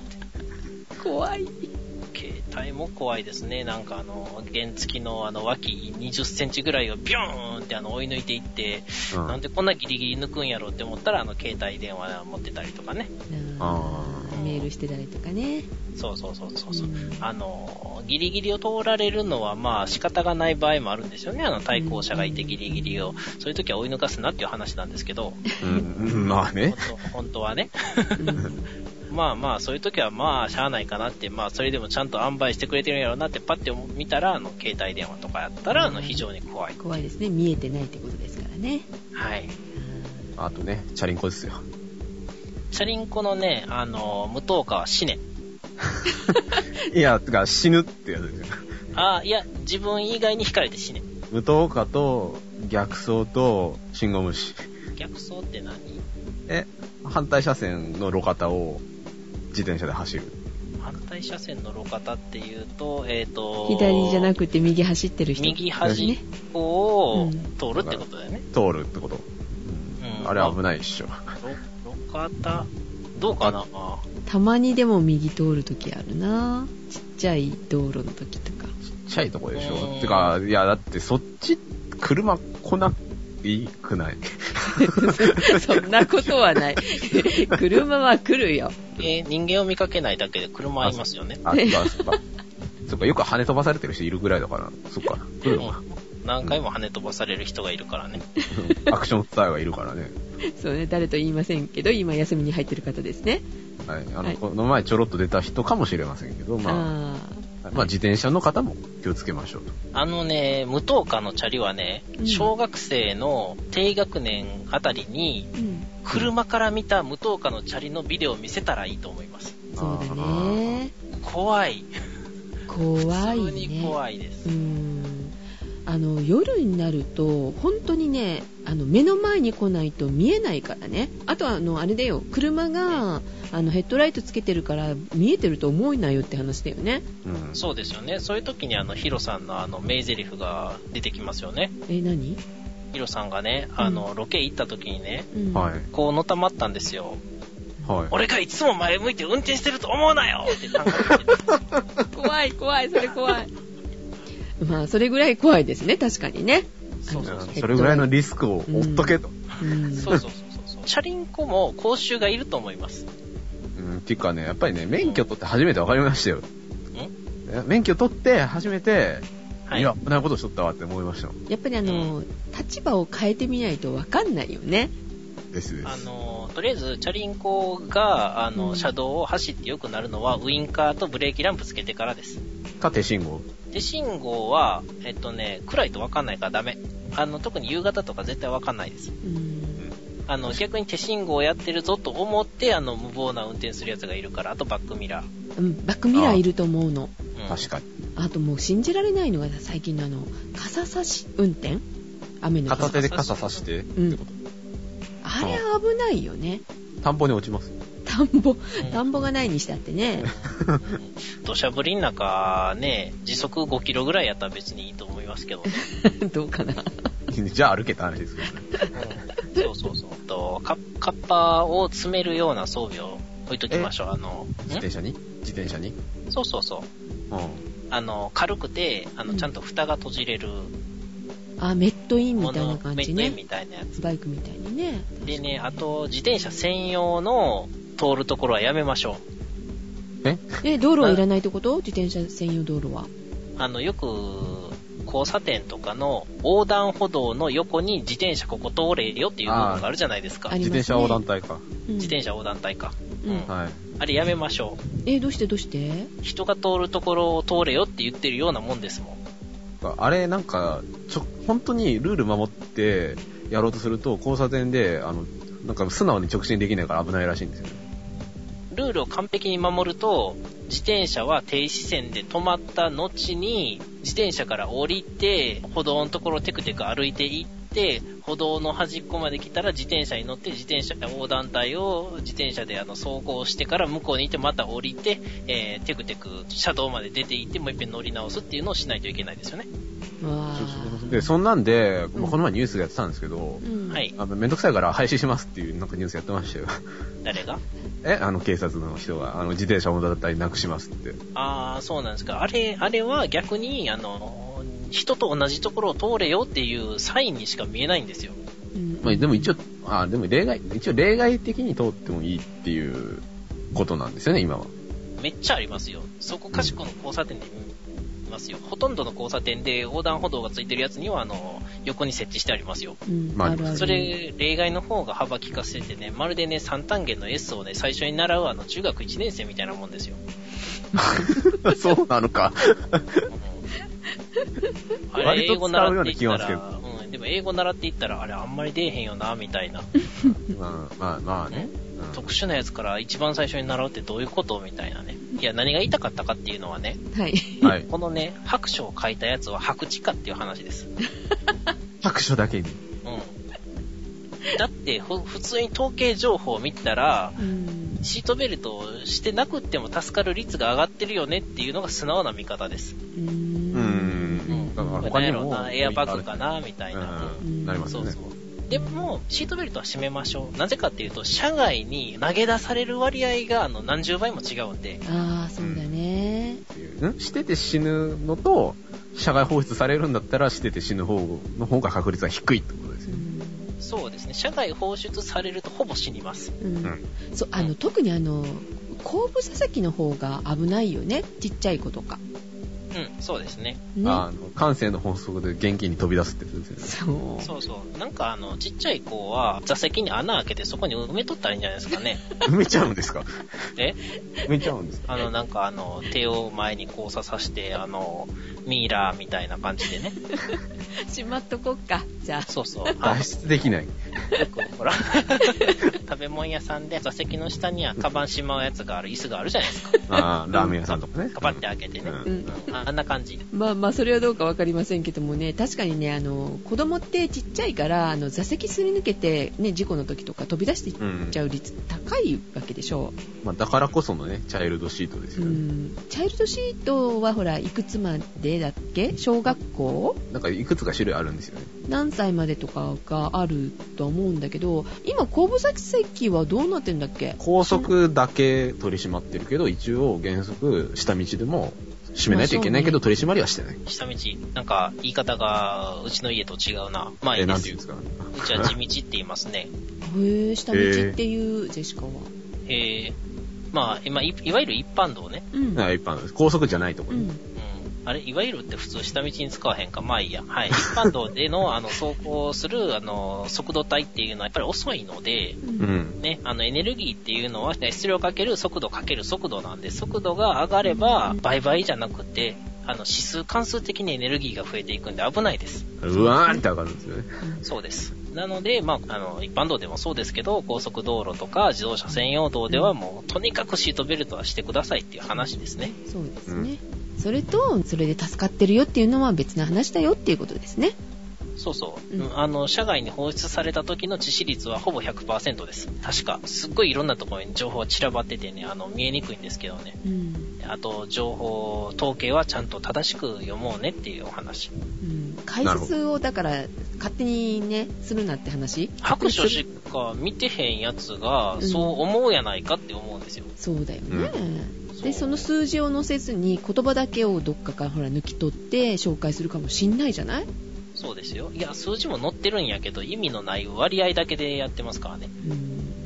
Speaker 4: 怖い。
Speaker 3: 携帯も怖いですね。なんか原付の脇20センチぐらいをビョーンって追い抜いていって、なんでこんなギリギリ抜くんやろって思ったら携帯電話持ってたりとかね。
Speaker 4: メールしてたりとかね。
Speaker 3: そう。ギリギリを通られるのはまあ仕方がない場合もあるんですよね。対向車がいてギリギリを。そういう時は追い抜かすなっていう話なんですけど。
Speaker 2: まあね。
Speaker 3: 本当はね。まあそういう時はまあしゃあないかなって、まあそれでもちゃんと塩梅してくれてるんやろうなってパッて見たら携帯電話とかやったら非常に怖い。
Speaker 4: 怖いですね。見えてないってことですからね。
Speaker 3: はい。
Speaker 2: あとね、チャリンコですよ。
Speaker 3: チャリンコのね、無灯火は死ね。
Speaker 2: いや、てか死ぬってやつですよ。
Speaker 3: いや、自分以外に引かれて死ね。
Speaker 2: 無灯火と逆走と信号無視。
Speaker 3: 逆走って何？
Speaker 2: 反対車線の路肩を自転車で走る。
Speaker 3: 反対車線の路肩っていうと、
Speaker 4: 左じゃなくて右走ってる人。
Speaker 3: 右端っこを通るってことだよね。
Speaker 2: 通るってこと。あれ危ないっしょ。
Speaker 3: 路肩どうかな。
Speaker 4: たまにでも右通るときあるな。ちっちゃい道路のときとか。
Speaker 2: ちっちゃいとこでしょ。てか、いやだってそっち車来なくていいくない？
Speaker 4: そんなことはない。車は来るよ。
Speaker 3: 人間を見かけないだけで車はいますよね。
Speaker 2: そっか、よく跳ね飛ばされてる人いるぐらいだから、そっか。来るのか。
Speaker 3: 何回も跳ね飛ばされる人がいるからね。
Speaker 2: アクションスターがいるからね。
Speaker 4: そうね、誰と言いませんけど、今休みに入ってる方ですね。
Speaker 2: はい、この前ちょろっと出た人かもしれませんけど、まあ自転車の方も気をつけましょうと。
Speaker 3: 無灯火のチャリはね、小学生の低学年あたりに、車から見た無灯火のチャリのビデオを見せたらいいと思います。
Speaker 4: そうだね。
Speaker 3: 怖い。
Speaker 4: 怖いね。
Speaker 3: 普通に怖いです。
Speaker 4: 夜になると本当にね、目の前に来ないと見えないからね。あとはあれだよ、車がヘッドライトつけてるから見えてると思いなよって話だよね。
Speaker 3: そうですよね。そういう時にヒロさんの名台詞が出てきますよね。
Speaker 4: 何？
Speaker 3: ヒロさんがね、ロケ行った時にね、こうのたまったんですよ。俺がいつも前向いて運転してると思うなよって単語言って
Speaker 4: 怖い、それ怖い。まあそれぐらい怖いですね、確かにね。
Speaker 2: それぐらいのリスクを負っとけと。
Speaker 3: そう。チャリンコも講習がいると思います。
Speaker 2: っていうかね、やっぱりね、免許取って初めて分かりましたよ。免許取って初めて、いや、危ないことしとったわって思いました。
Speaker 4: やっぱり立場を変えてみないと分かんないよね。
Speaker 3: とりあえずチャリンコが車道を走って良くなるのはウインカーとブレーキランプつけてからです。
Speaker 2: 手信号？
Speaker 3: 手信号は暗いと分かんないからダメ。特に夕方とか絶対分かんないです。逆に手信号やってるぞと思って無謀な運転するやつがいるから。あとバックミラー。
Speaker 4: バックミラーいると思うの。
Speaker 2: 確かに。
Speaker 4: あともう信じられないのが最近の傘差し運転。雨の日
Speaker 2: 片手で傘差してってこと。
Speaker 4: あれ危ないよね。
Speaker 2: 田んぼに落ちます。
Speaker 4: 田んぼがないにしたってね。
Speaker 3: 土砂降りの中ね、時速5キロぐらいやったら別にいいと思いますけどね。
Speaker 4: どうかな。
Speaker 2: じゃあ歩けた話ですけどね。
Speaker 3: そう。カッパを詰めるような装備を置いときましょう。
Speaker 2: 自転車に？そう。
Speaker 3: 軽くてちゃんと蓋が閉じれる。
Speaker 4: メットインみたいな感じね。
Speaker 3: メットインみたいなやつ。
Speaker 4: バイクみたいにね。
Speaker 3: でね、あと自転車専用の通るところはやめましょう。
Speaker 4: 道路はいらないってこと？自転車専用道路は。
Speaker 3: よく交差点とかの横断歩道の横に自転車ここ通れよっていう部分があるじゃないですか。
Speaker 2: 自転車横断帯か。
Speaker 3: 自転車横断帯か。
Speaker 2: はい。
Speaker 3: あれやめましょ
Speaker 4: う。どうして
Speaker 3: 人が通るところを通れよって言ってるようなもんですもん。
Speaker 2: あれなんか、本当にルール守ってやろうとすると、交差点で、なんか素直に直進できないから危ないらしいんですよね。
Speaker 3: ルールを完璧に守ると、自転車は停止線で止まった後に、自転車から降りて、歩道のところをテクテク歩いていって、歩道の端っこまで来たら自転車に乗って、自転車横断帯を自転車で走行してから向こうに行ってまた降りて、テクテク車道まで出て行ってもう一遍乗り直すっていうのをしないといけないですよね。
Speaker 2: で、そんなんで、この前ニュースでやってたんですけど、
Speaker 3: はい。
Speaker 2: めんどくさいから廃止しますっていうなんかニュースやってましたよ。
Speaker 3: 誰が？
Speaker 2: 警察の人が、自転車横断帯なくしますって。
Speaker 3: ああ、そうなんですか。あれは逆に、人と同じところを通れよっていうサインにしか見えないんですよ。
Speaker 2: まあ、でも一応例外的に通ってもいいっていうことなんですよね、今は。
Speaker 3: めっちゃありますよ。そこかしこの交差点で見ますよ。ほとんどの交差点で横断歩道がついてるやつには、横に設置してありますよ。それ、例外の方が幅利かせてね、まるでね、三単元の S をね、最初に習う中学1年生みたいなもんですよ。
Speaker 2: そうなのか。
Speaker 3: あれ、英語習っていったら、でも英語習っていったら、あれあんまり出えへんよな、みたいな。
Speaker 2: まあね。
Speaker 3: 特殊なやつから一番最初に習うってどういうことみたいなね。いや、何が言いたかったかっていうのはね。
Speaker 4: はい。
Speaker 3: このね、白書を書いたやつは白痴かっていう話です。
Speaker 2: 白書だけに。
Speaker 3: だって、普通に統計情報を見たら、シートベルトをしてなくっても助かる率が上がってるよねっていうのが素直な見方です。
Speaker 2: だから
Speaker 3: 他にもエアバッグかなみたいな。
Speaker 2: なりますね。
Speaker 3: そう。でも、シートベルトは締めましょう。なぜかっていうと、車外に投げ出される割合が何十倍も違うんで。
Speaker 4: ああ、そうだね。
Speaker 2: してて死ぬのと、車外放出されるんだったら、してて死ぬ方の方が確率は低いってことですよね。
Speaker 3: そうですね。車外放出されるとほぼ死にます。
Speaker 4: そう、特に後部座席の方が危ないよね。ちっちゃい子とか。
Speaker 3: そうですね。
Speaker 2: 感性の法則で元気に飛び出すってことですよ
Speaker 4: ね。
Speaker 3: そう。なんかちっちゃい子は座席に穴開けてそこに埋めとったらいいんじゃないですかね。
Speaker 2: 埋めちゃうんですか？埋めちゃうんですか？
Speaker 3: なんか手を前に交差させて、ミイラーみたいな感じでね。
Speaker 4: しまっとこっか、じゃあ。
Speaker 3: そう。
Speaker 2: 脱出できない。
Speaker 3: よくほら、食べ物屋さんで座席の下にはカバンしまうやつがある椅子があるじゃないですか。
Speaker 2: ラーメン屋さんとかね。
Speaker 3: カバって開けてね。あんな感じ。
Speaker 4: まあ、それはどうかわかりませんけどもね、確かにね、子供ってちっちゃいから、座席すり抜けて、ね、事故の時とか飛び出していっちゃう率高いわけでしょう。
Speaker 2: だからこそのね、チャイルドシートですよね。
Speaker 4: チャイルドシートはほら、いくつまでだっけ？小学校？
Speaker 2: なんかいくつか種類あるんですよね。
Speaker 4: 何歳までとかがあるとは思うんだけど、今後部座席はどうなってんだっけ？
Speaker 2: 高速だけ取り締まってるけど、一応原則下道でも閉めないといけないけど、取り締まりはしてない。
Speaker 3: 下道、なんか言い方がうちの家と違うな。まあいいです。
Speaker 2: なんて言うんですか？
Speaker 3: うちは地道って言いますね。
Speaker 4: 下道っていうジェシカは。
Speaker 3: まあ今いわゆる一般道ね。
Speaker 2: 一般道。高速じゃないところに。
Speaker 3: あれ、いわゆるって普通下道に使わへんか。まあいいや。はい。一般道での、走行する、速度帯っていうのはやっぱり遅いので、ね、エネルギーっていうのは質量かける速度かける速度なんで、速度が上がれば、倍々じゃなくて、指数関数的にエネルギーが増えていくんで危ないです。
Speaker 2: うわーって上がるんですよね。
Speaker 3: そうです。なので、まあ、一般道でもそうですけど、高速道路とか自動車専用道ではもう、とにかくシートベルトはしてくださいっていう話ですね。
Speaker 4: そうですね。それと、それで助かってるよっていうのは別な話だよっていうことですね。
Speaker 3: そうそう。車外に放出された時の致死率はほぼ 100% です。確か。すっごいいろんなところに情報が散らばっててね、見えにくいんですけどね。あと、統計はちゃんと正しく読もうねっていうお話。
Speaker 4: 解説をだから勝手にね、するなって話？
Speaker 3: 白書しか見てへんやつが、そう思うやないかって思うんですよ。
Speaker 4: そうだよね。で、その数字を載せずに言葉だけをどっかからほら抜き取って紹介するかもしんないじゃない？
Speaker 3: そうですよ。いや、数字も載ってるんやけど、意味のない割合だけでやってますからね。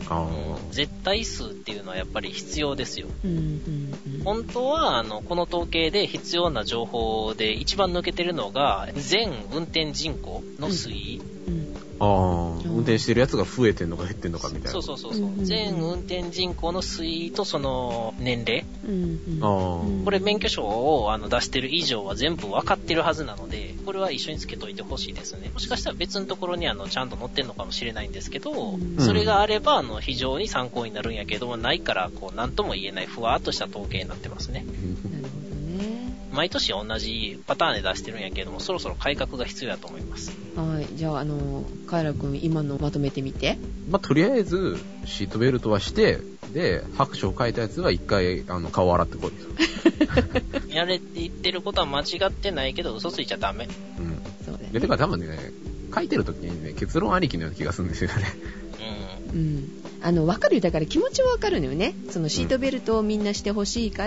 Speaker 3: 絶対数っていうのはやっぱり必要ですよ。本当はこの統計で必要な情報で一番抜けてるのが全運転人口の推移。
Speaker 2: 運転してるやつが増えてんのか減ってんのかみたいな。
Speaker 3: そう。全運転人口の推移とその年齢。これ免許証を出してる以上は全部分かってるはずなので、これは一緒につけといてほしいですね。もしかしたら別のところにちゃんと載ってるのかもしれないんですけど、それがあれば非常に参考になるんやけども、ないから何とも言えないふわっとした統計になってますね。毎年同じパターンで出してるんやけども、そろそろ改革が必要だと思います。
Speaker 4: はい。じゃあ、カエラ君、今のまとめてみて。
Speaker 2: とりあえず、シートベルトはして、で、白書を書いたやつは一回、顔洗ってこ
Speaker 3: い。やれって言ってることは間違ってないけど、嘘ついちゃダメ。
Speaker 2: そうね。で、てか多分ね、書いてる時にね、結論ありきのような気がするんですよね。
Speaker 4: わかるよ。だから気持ちはわかるのよね。そのシートベルトをみんなしてほしいから、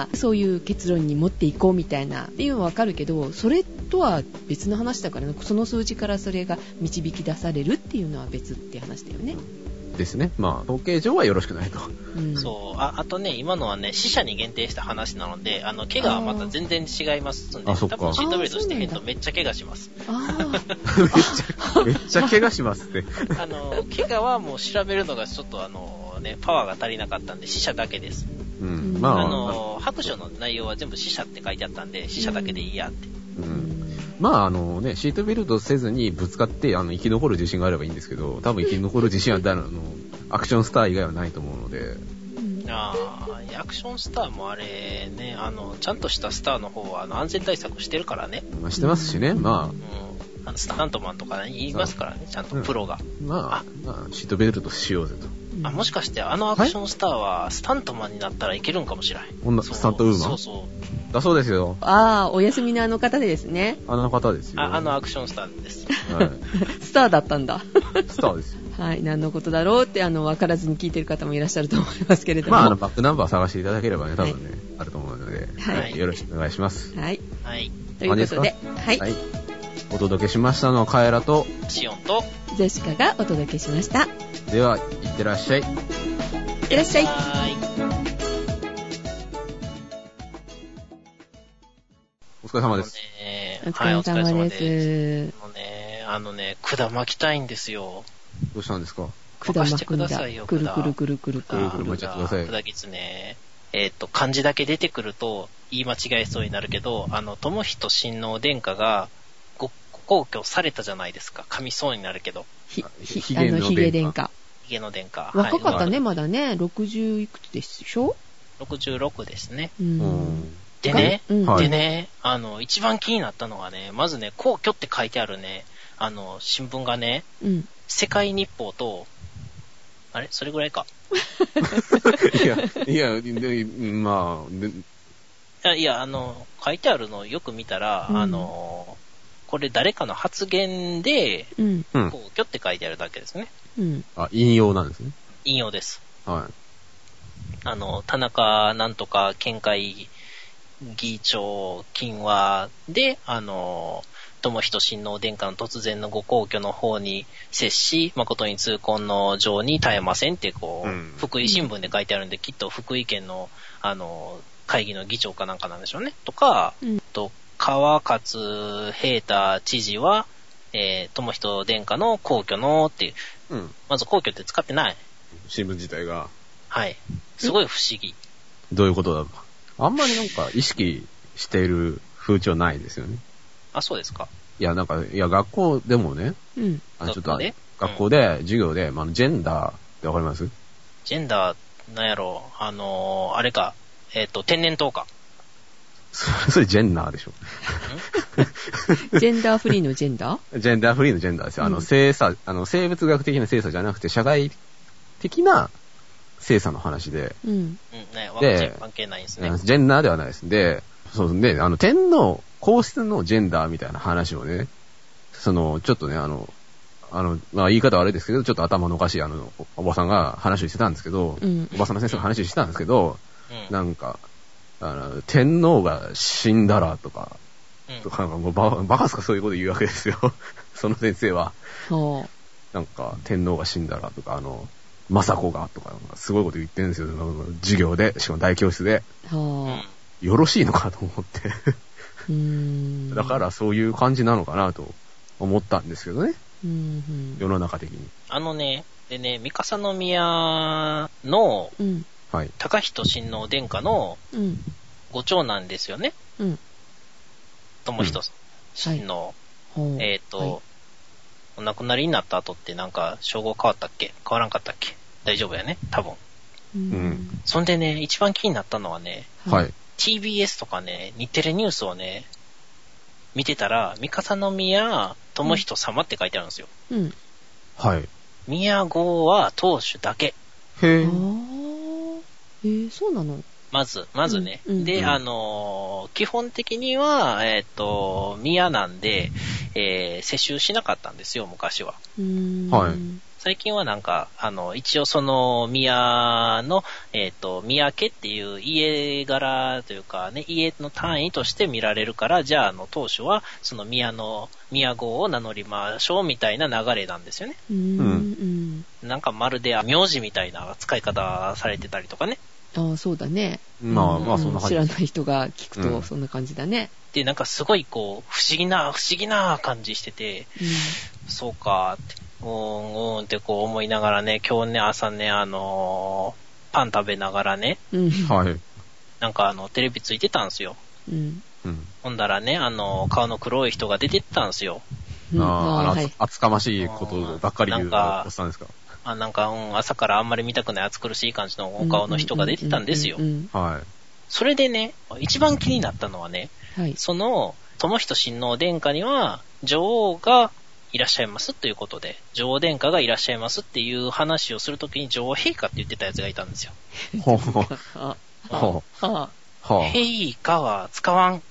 Speaker 4: そういう結論に持っていこうみたいなっていうのはわかるけど、それとは別の話だからね。その数字からそれが導き出されるっていうのは別って話だよね。
Speaker 2: ですね。統計上はよろしくないと。
Speaker 3: そう。あとね、今のはね、死者に限定した話なので、怪我はまた全然違いますんで、多分シートベルトしてへんとめっちゃ怪我します。
Speaker 2: めっちゃ怪我しますって。
Speaker 3: 怪我はもう調べるのがちょっとパワーが足りなかったんで、死者だけです。白書の内容は全部死者って書いてあったんで、死者だけでいいやって。
Speaker 2: シートベルトせずにぶつかって生き残る自信があればいいんですけど、多分生き残る自信はアクションスター以外はないと思うので。
Speaker 3: アクションスターもあれね、ちゃんとしたスターの方は安全対策してるからね。
Speaker 2: してますしね、
Speaker 3: スタントマンとか言いますからね、ちゃんとプロが。
Speaker 2: シートベルトしようぜと。
Speaker 3: もしかしてアクションスターはスタントマンになったらいけるんかもしれない。
Speaker 2: スタントウーマン？だそうですよ。
Speaker 4: お休みの方ですね。
Speaker 2: 方ですよ。
Speaker 3: アクションスターです。
Speaker 4: スターだったんだ。
Speaker 2: スターですよ。
Speaker 4: はい、何のことだろうって分からずに聞いてる方もいらっしゃると思いますけれども。
Speaker 2: バックナンバー探していただければね、多分ね、あると思うので、よろしくお願いします。
Speaker 4: はい。ということで、
Speaker 2: お届けしましたのはカエラと
Speaker 3: シオンと
Speaker 4: ジェシカがお届けしました。
Speaker 2: では、いってらっしゃい。
Speaker 4: いってらっしゃい。
Speaker 2: お疲れ様です。
Speaker 4: お疲れ様です。
Speaker 3: 管巻きたいんですよ。
Speaker 2: どうしたんですか？
Speaker 3: 管巻くださいよ。
Speaker 4: くるくるくるくるくる。
Speaker 2: 巻いちゃってください。
Speaker 3: 管きつね。漢字だけ出てくると言い間違えそうになるけど、友仁親王殿下がご皇居されたじゃないですか。噛みそうになるけど。
Speaker 4: ひげ殿下。
Speaker 3: ひげの殿下。
Speaker 4: 若かったね、まだね。60いくつでしょ？
Speaker 3: 66ですね。
Speaker 4: で
Speaker 3: ね、一番気になったのがね、まずね、皇居って書いてあるね、新聞がね、世界日報と、あれそれぐらいか。
Speaker 2: いや、
Speaker 3: 書いてあるのをよく見たら、これ誰かの発言で、皇居って書いてあるだけですね。
Speaker 2: 引用なんですね。
Speaker 3: 引用です。
Speaker 2: はい。
Speaker 3: 田中なんとか県会議長金和で、友仁親王殿下の突然のご皇居の方に接し、誠に痛恨の情に耐えませんって、福井新聞で書いてあるんで、きっと福井県の、会議の議長かなんかなんでしょうね。とか、川勝平太知事は、友仁殿下の皇居のっていう、まず皇居って使ってない。
Speaker 2: 新聞自体が。
Speaker 3: はい。すごい不思議。
Speaker 2: どういうことだろう。あんまり意識している風潮ないですよね。
Speaker 3: あ、そうですか。
Speaker 2: 学校でもね、学校で、授業で、ジェンダーってわかります？
Speaker 3: ジェンダー、なんやろ、あれか、天然痘か。
Speaker 2: それジェンダーでしょ。
Speaker 4: ジェンダーフリーのジェンダー？
Speaker 2: ジェンダーフリーのジェンダーですよ。生物学的な性差じゃなくて、社会的な性差の話で。
Speaker 3: ワクチン関係ないですね。
Speaker 2: ジェンダーではないです。で、天皇、皇室のジェンダーみたいな話をね、ちょっとね、言い方悪いですけど、ちょっと頭のおかしいおばさんが話をしてたんですけど、おばさんの先生が話をしてたんですけど、天皇が死んだらとか、もうバカすかそういうこと言うわけですよ。その先生は。天皇が死んだらとか、 雅子がとか、すごいこと言ってるんですよ。授業で、しかも大教室で。よろしいのかと思って。だからそういう感じなのかなと思ったんですけどね。世の中的に。
Speaker 3: でね、三笠宮の、高仁親王殿下のご長男ですよね。智仁親王。お亡くなりになった後ってなんか称号変わったっけ？変わらんかったっけ？大丈夫やね多分。そんでね、一番気になったのはね、TBS とかね、日テレニュースをね、見てたら、三笠宮智仁様って書いてあるんですよ。宮号は当主だけ。
Speaker 4: そうなの？
Speaker 3: まずね。で、基本的には、宮なんで、世襲しなかったんですよ、昔は。最近はなんか、一応その宮の、宮家っていう家柄というかね、家の単位として見られるから、じゃあ当初はその宮号を名乗りましょうみたいな流れなんですよね。なんかまるで名字みたいな使い方されてたりとかね。
Speaker 4: そうだね。
Speaker 2: そんな感じ。
Speaker 4: 知らない人が聞くとそんな感じだね。
Speaker 3: で、なんかすごいこう、不思議な感じしてて、そうかって、ってこう思いながらね、今日ね、朝ね、パン食べながらね、なんかテレビついてたんですよ。ほんだらね、顔の黒い人が出てったんですよ。
Speaker 2: 厚かましいことばっかり言うおっさんですか？
Speaker 3: なんか、朝からあんまり見たくない暑苦しい感じのお顔の人が出てたんですよ。それでね、一番気になったのはね、その、智仁親王殿下には、女王がいらっしゃいますということで、女王殿下がいらっしゃいますっていう話をするときに女王陛下って言ってたやつがいたんですよ。陛下は使わん。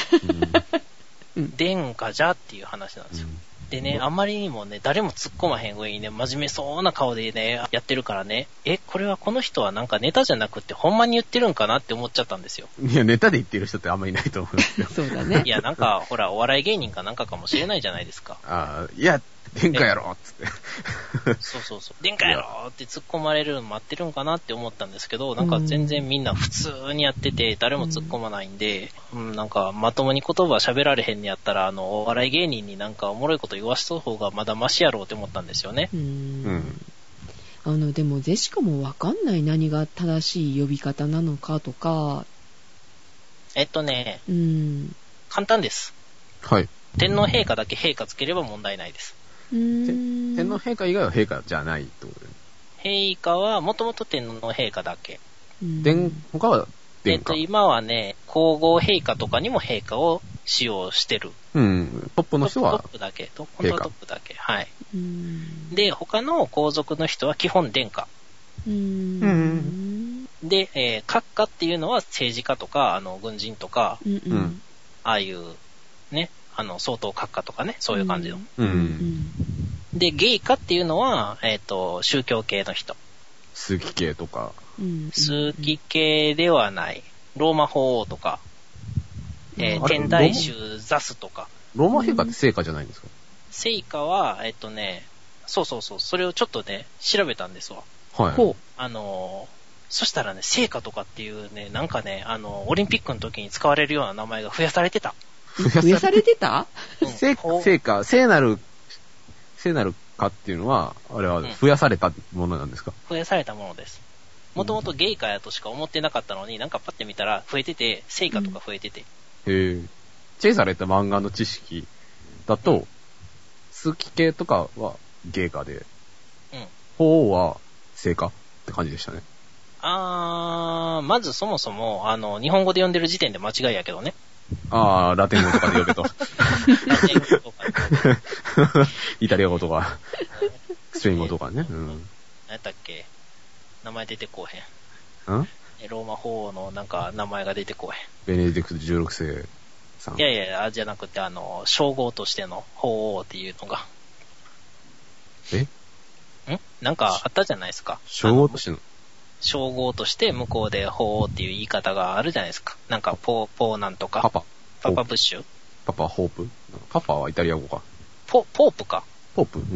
Speaker 3: 殿下じゃっていう話なんですよ。でね、あまりにもね、誰も突っ込まへん上にね、真面目そうな顔でね、やってるからね、これはこの人はなんかネタじゃなくってほんまに言ってるんかなって思っちゃったんですよ。
Speaker 2: いや、ネタで言ってる人ってあんまりいないと思うんですよ。
Speaker 4: そうだね。
Speaker 3: いや、なんか、ほら、お笑い芸人かなんかかもしれないじゃないですか。
Speaker 2: いや、殿下やろつって。
Speaker 3: そう。殿下やろって突っ込まれるの待ってるんかなって思ったんですけど、なんか全然みんな普通にやってて、誰も突っ込まないんで、なんかまともに言葉喋られへんにやったら、お笑い芸人になんかおもろいこと言わしとる方がまだマシやろうって思ったんですよね。
Speaker 4: でも、ジェシカもわかんない何が正しい呼び方なのかとか。
Speaker 3: 簡単です。天皇陛下だけ陛下つければ問題ないです。
Speaker 2: 天皇陛下以外は陛下じゃないってことで。
Speaker 3: 陛下はもともと天皇陛下だけ。
Speaker 2: 他は殿下。
Speaker 3: 今はね、皇后陛下とかにも陛下を使用してる。
Speaker 2: トップの人は
Speaker 3: トップだけ。本当はトップだけ。はい。で、他の皇族の人は基本殿下。で、閣下っていうのは政治家とか、軍人とか、ああいうね、総統閣下とかね、そういう感じの。で、芸家っていうのは、宗教系の人。
Speaker 2: 枢機系とか。
Speaker 3: 枢機系ではない。ローマ法王とか、天台宗ザスとか。
Speaker 2: ローマ陛下って聖家じゃないんですか？
Speaker 3: 聖家は、そう、それをちょっとね、調べたんですわ。そしたらね、聖家とかっていうね、なんかね、オリンピックの時に使われるような名前が増やされてた。
Speaker 4: 増やされてた？
Speaker 2: 聖家、聖なるかっていうのは、あれは増やされたものなんですか？
Speaker 3: 増やされたものです。もともと芸家やとしか思ってなかったのに、なんかパッて見たら増えてて、聖家とか増えてて。
Speaker 2: チェイされた漫画の知識だと、枢機系とかは芸家で、法王は聖家って感じでしたね。
Speaker 3: まずそもそも、日本語で読んでる時点で間違いやけどね。
Speaker 2: ラテン語とかで呼べと。
Speaker 3: ラテン語とか、
Speaker 2: イタリア語とか、スペイン語とかね。
Speaker 3: 何やったっけ？名前出てこうへん。ローマ法王のなんか名前が出てこう
Speaker 2: へん。ベネディクト16世さん。
Speaker 3: いや、じゃなくて称号としての法王っていうのが。なんかあったじゃないですか。
Speaker 2: 称号としての？
Speaker 3: 称号として向こうで法王っていう言い方があるじゃないですか。なんかポーなんとか。パパブッシュ。
Speaker 2: パパホープ？パパはイタリア語か。
Speaker 3: ポープか。
Speaker 2: ポープ？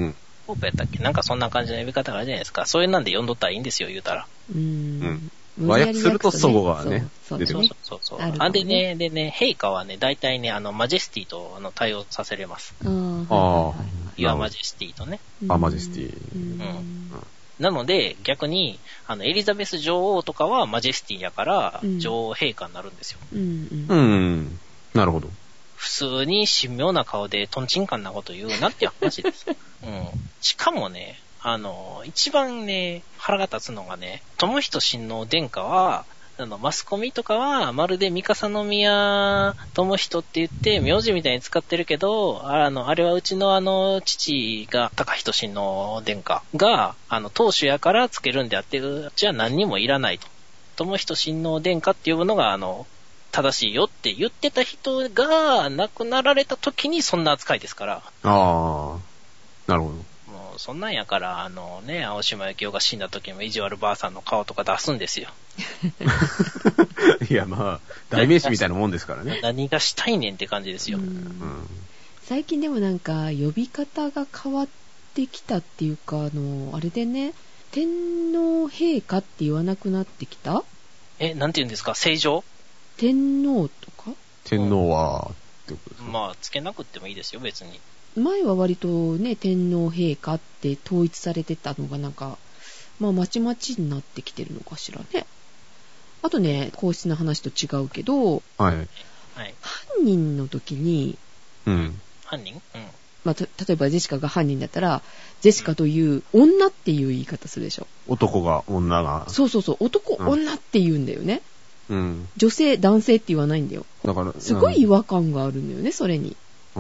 Speaker 3: ホープやったっけなんかそんな感じの呼び方があるじゃないですか。そういうなんで呼んどったらいいんですよ、言うたら。
Speaker 2: 和訳すると祖母がね、出てくる。
Speaker 3: そう。でね、陛下はね、大体ね、マジェスティと対応させれます。ユアマジェスティとね。
Speaker 2: マジェスティ。
Speaker 3: なので、逆に、エリザベス女王とかはマジェスティやから、女王陛下になるんですよ。
Speaker 2: なるほど。
Speaker 3: 普通に神妙な顔でトンチンカンなこと言うなっていう話です。しかもね、一番ね、腹が立つのがね、寛仁親王殿下は、マスコミとかは、まるで三笠宮寛仁って言って、名字みたいに使ってるけど、あれはうちの父が、高仁親王殿下が、当主やからつけるんであって、じゃあ何にもいらないと。寛仁親王殿下って呼ぶのが、正しいよって言ってた人が亡くなられた時にそんな扱いですから。
Speaker 2: なるほど。
Speaker 3: もうそんなんやから青島幸男が死んだ時も意地悪ばあさんの顔とか出すんですよ。
Speaker 2: いや代名詞みたいなもんですからね。
Speaker 3: 何がしたいねんって感じですよ。
Speaker 4: 最近でもなんか呼び方が変わってきたっていうかあれでね天皇陛下って言わなくなってきた？
Speaker 3: なんて言うんですか？正常？
Speaker 4: 天皇とか？
Speaker 2: 天皇はってことですか？
Speaker 3: つけなくってもいいですよ、別に。
Speaker 4: 前は割とね、天皇陛下って統一されてたのがなんか、まちまちになってきてるのかしらね。あとね、皇室の話と違うけど、
Speaker 2: 犯
Speaker 4: 人の時に、
Speaker 3: 犯人？
Speaker 4: 例えばジェシカが犯人だったら、ジェシカという女っていう言い方するでしょ。
Speaker 2: 男が、女が。
Speaker 4: そう、男、女って言うんだよね。女性、男性って言わないんだよ。
Speaker 2: だから
Speaker 4: すごい違和感があるんだよね、それに。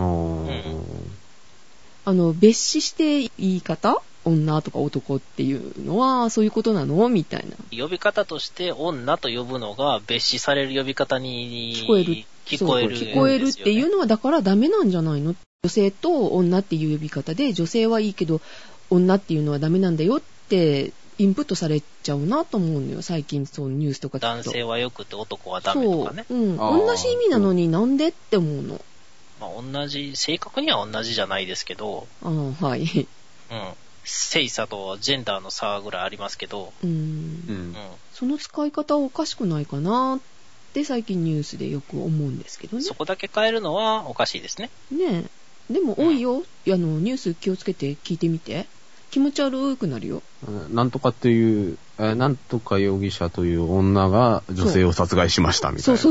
Speaker 4: 別視して言い方？女とか男っていうのはそういうことなの？みたいな。
Speaker 3: 呼び方として女と呼ぶのが別視される呼び方に
Speaker 4: 聞こえるっていうのはだからダメなんじゃないの？女性と女っていう呼び方で女性はいいけど女っていうのはダメなんだよってインプットされちゃうなと思うのよ。最近そうニュースとか聞くと。
Speaker 3: 男性はよくて男はダメとかね。
Speaker 4: 同じ意味なのになんでって思うの。
Speaker 3: 同じ、正確には同じじゃないですけど。
Speaker 4: はい。
Speaker 3: 性差とジェンダーの差ぐらいありますけど。
Speaker 4: その使い方はおかしくないかなって最近ニュースでよく思うんですけどね。
Speaker 3: そこだけ変えるのはおかしいですね。
Speaker 4: ねえ。でも多いよ。ニュース気をつけて聞いてみて。気持ち悪くなるよ。
Speaker 2: なんとかっていう、なんとか容疑者という女が女性を殺害しましたみたいな。
Speaker 4: そう。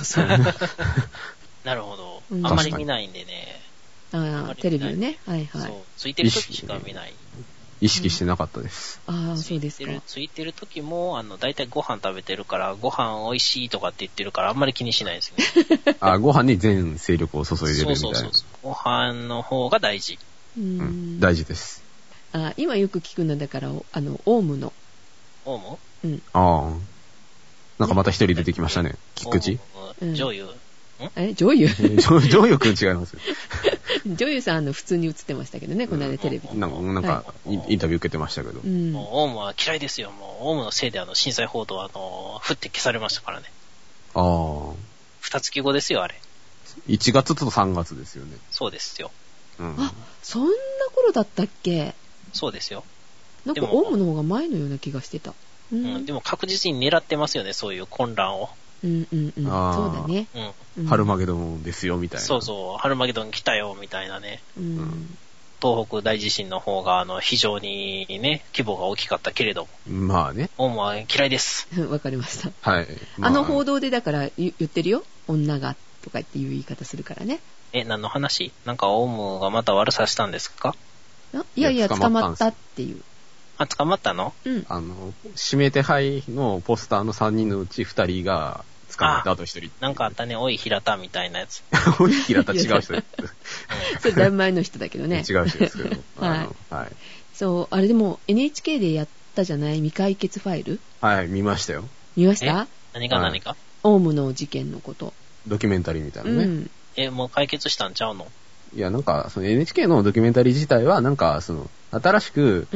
Speaker 3: なるほど。あんまり見ないんでね。
Speaker 4: テレビをね。そう。
Speaker 3: ついてる時しか見ない。
Speaker 2: 意識してなかったです。
Speaker 4: そうですか。
Speaker 3: ついてる時も、だいたいご飯食べてるから、ご飯美味しいとかって言ってるから、あんまり気にしないですよね。
Speaker 2: ご飯に全勢力を注いでるみたいな。
Speaker 3: そう。ご飯の方が大事。
Speaker 2: 大事です。
Speaker 4: 今よく聞くのだから、オウムの。
Speaker 3: オウ
Speaker 4: ム？
Speaker 2: なんかまた一人出てきましたね。菊池？
Speaker 3: 女優。
Speaker 4: 女優
Speaker 2: 女優くん違いますよ。
Speaker 4: 女優さん普通に映ってましたけどね、この間テレビで。
Speaker 2: なんか、インタビュー受けてましたけど。
Speaker 3: もうオウムは嫌いですよ。もうオウムのせいで震災報道は降って消されましたからね。2月後ですよ、あれ。
Speaker 2: 1月と3月ですよね。
Speaker 3: そうですよ。
Speaker 4: そんな頃だったっけ？
Speaker 3: そうですよ。
Speaker 4: なんかオウムの方が前のような気がしてた。
Speaker 3: でも確実に狙ってますよね、そういう混乱を。
Speaker 4: そうだね。
Speaker 2: ハルマゲドンですよみたいな。
Speaker 3: そう、ハルマゲドン来たよみたいなね。東北大地震の方が非常にね規模が大きかったけれど
Speaker 2: も。
Speaker 3: オウムは嫌いです。
Speaker 4: わかりました。
Speaker 2: はい。
Speaker 4: 報道でだから言ってるよ。女がとかっていう言い方するからね。
Speaker 3: 何の話？なんかオウムがまた悪さしたんですか？
Speaker 4: いや捕まったっていう。
Speaker 3: 捕まったの？
Speaker 2: 指名手配のポスターの3人のうち2人が捕まったあと1人。
Speaker 3: なんかあったね、おい平田みたいなやつ。
Speaker 2: おい平田違う人です。
Speaker 4: それだいぶ前の人だけどね。
Speaker 2: 違う人ですけど。
Speaker 4: そう、あれでも NHK でやったじゃない？未解決ファイル？
Speaker 2: はい、見ましたよ。
Speaker 4: 見ました？
Speaker 3: 何か？
Speaker 4: オウムの事件のこと。
Speaker 2: ドキュメンタリーみたいなね。
Speaker 3: もう解決したんちゃうの？
Speaker 2: いや、なんか、NHK のドキュメンタリー自体は、なんか、新しく、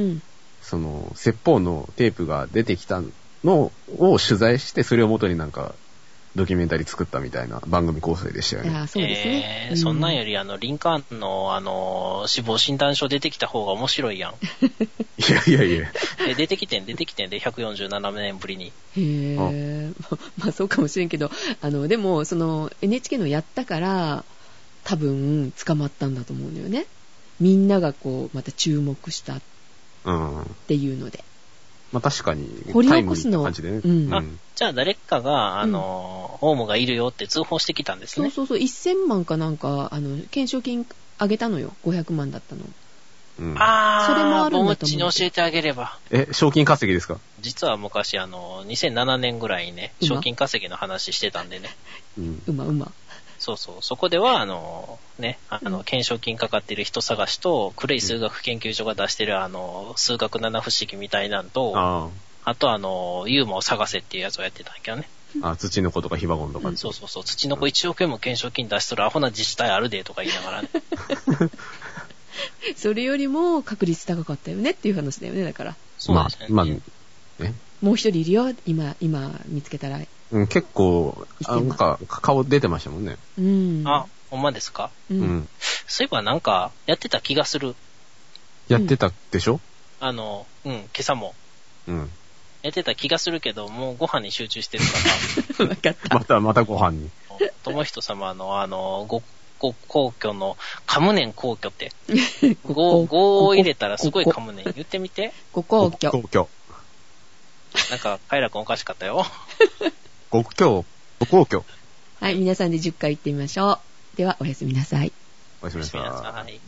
Speaker 2: 説法のテープが出てきたのを取材して、それを元になんか、 ドキュメンタリー作ったみたいな番組構成でしたよね。
Speaker 4: そうですね。
Speaker 3: そんなんよりリンカーンの死亡診断書出てきた方が面白いやん。
Speaker 2: いや。
Speaker 3: 出てきてんで、147年ぶりに。
Speaker 4: まあそうかもしれんけど、でも、NHK のやったから、多分、捕まったんだと思うんだよね。みんながまた注目したっていうので。
Speaker 2: まあ確かに、
Speaker 4: 掘り起こすの。
Speaker 2: 感じでね。
Speaker 3: じゃあ誰かが、オウムがいるよって通報してきたんですね。
Speaker 4: そう、1000万かなんか、懸賞金あげたのよ。500万だったの。
Speaker 3: それもあるんだと思う。ボムッチに教えてあげれば。
Speaker 2: 賞金稼ぎですか？
Speaker 3: 実は昔、2007年ぐらいにね、賞金稼ぎの話してたんでね。
Speaker 4: うま。
Speaker 3: そう、そこでは、懸賞金かかってる人探しと、クレイ数学研究所が出してる、数学七不思議みたいなんと、あとユーモを探せっていうやつをやってたんやけどね。
Speaker 2: 土の子とかヒバゴンとか。
Speaker 3: そう、土の子1億円も懸賞金出しとるアホな自治体あるでとか言いながらね。
Speaker 4: それよりも確率高かったよねっていう話だよね、だから。
Speaker 3: そうですね。
Speaker 4: もう一人いるよ、今見つけたら。
Speaker 2: 結構、なんか、顔出てましたもんね。
Speaker 3: ほんまですか？そういえばなんか、やってた気がする。
Speaker 2: やってたでしょ？
Speaker 3: 今朝も。やってた気がするけど、もうご飯に集中してるから。
Speaker 4: わかった。
Speaker 2: またご飯に。
Speaker 3: 友人様の、皇居の、カムネン皇居って。5を入れたらすごいカムネン。言ってみて。
Speaker 4: 皇居。
Speaker 3: なんか、カイラ君おかしかったよ。
Speaker 2: 皇居。
Speaker 4: はい、皆さんで10回言ってみましょう。では、おやすみなさい。
Speaker 2: おやすみなさい。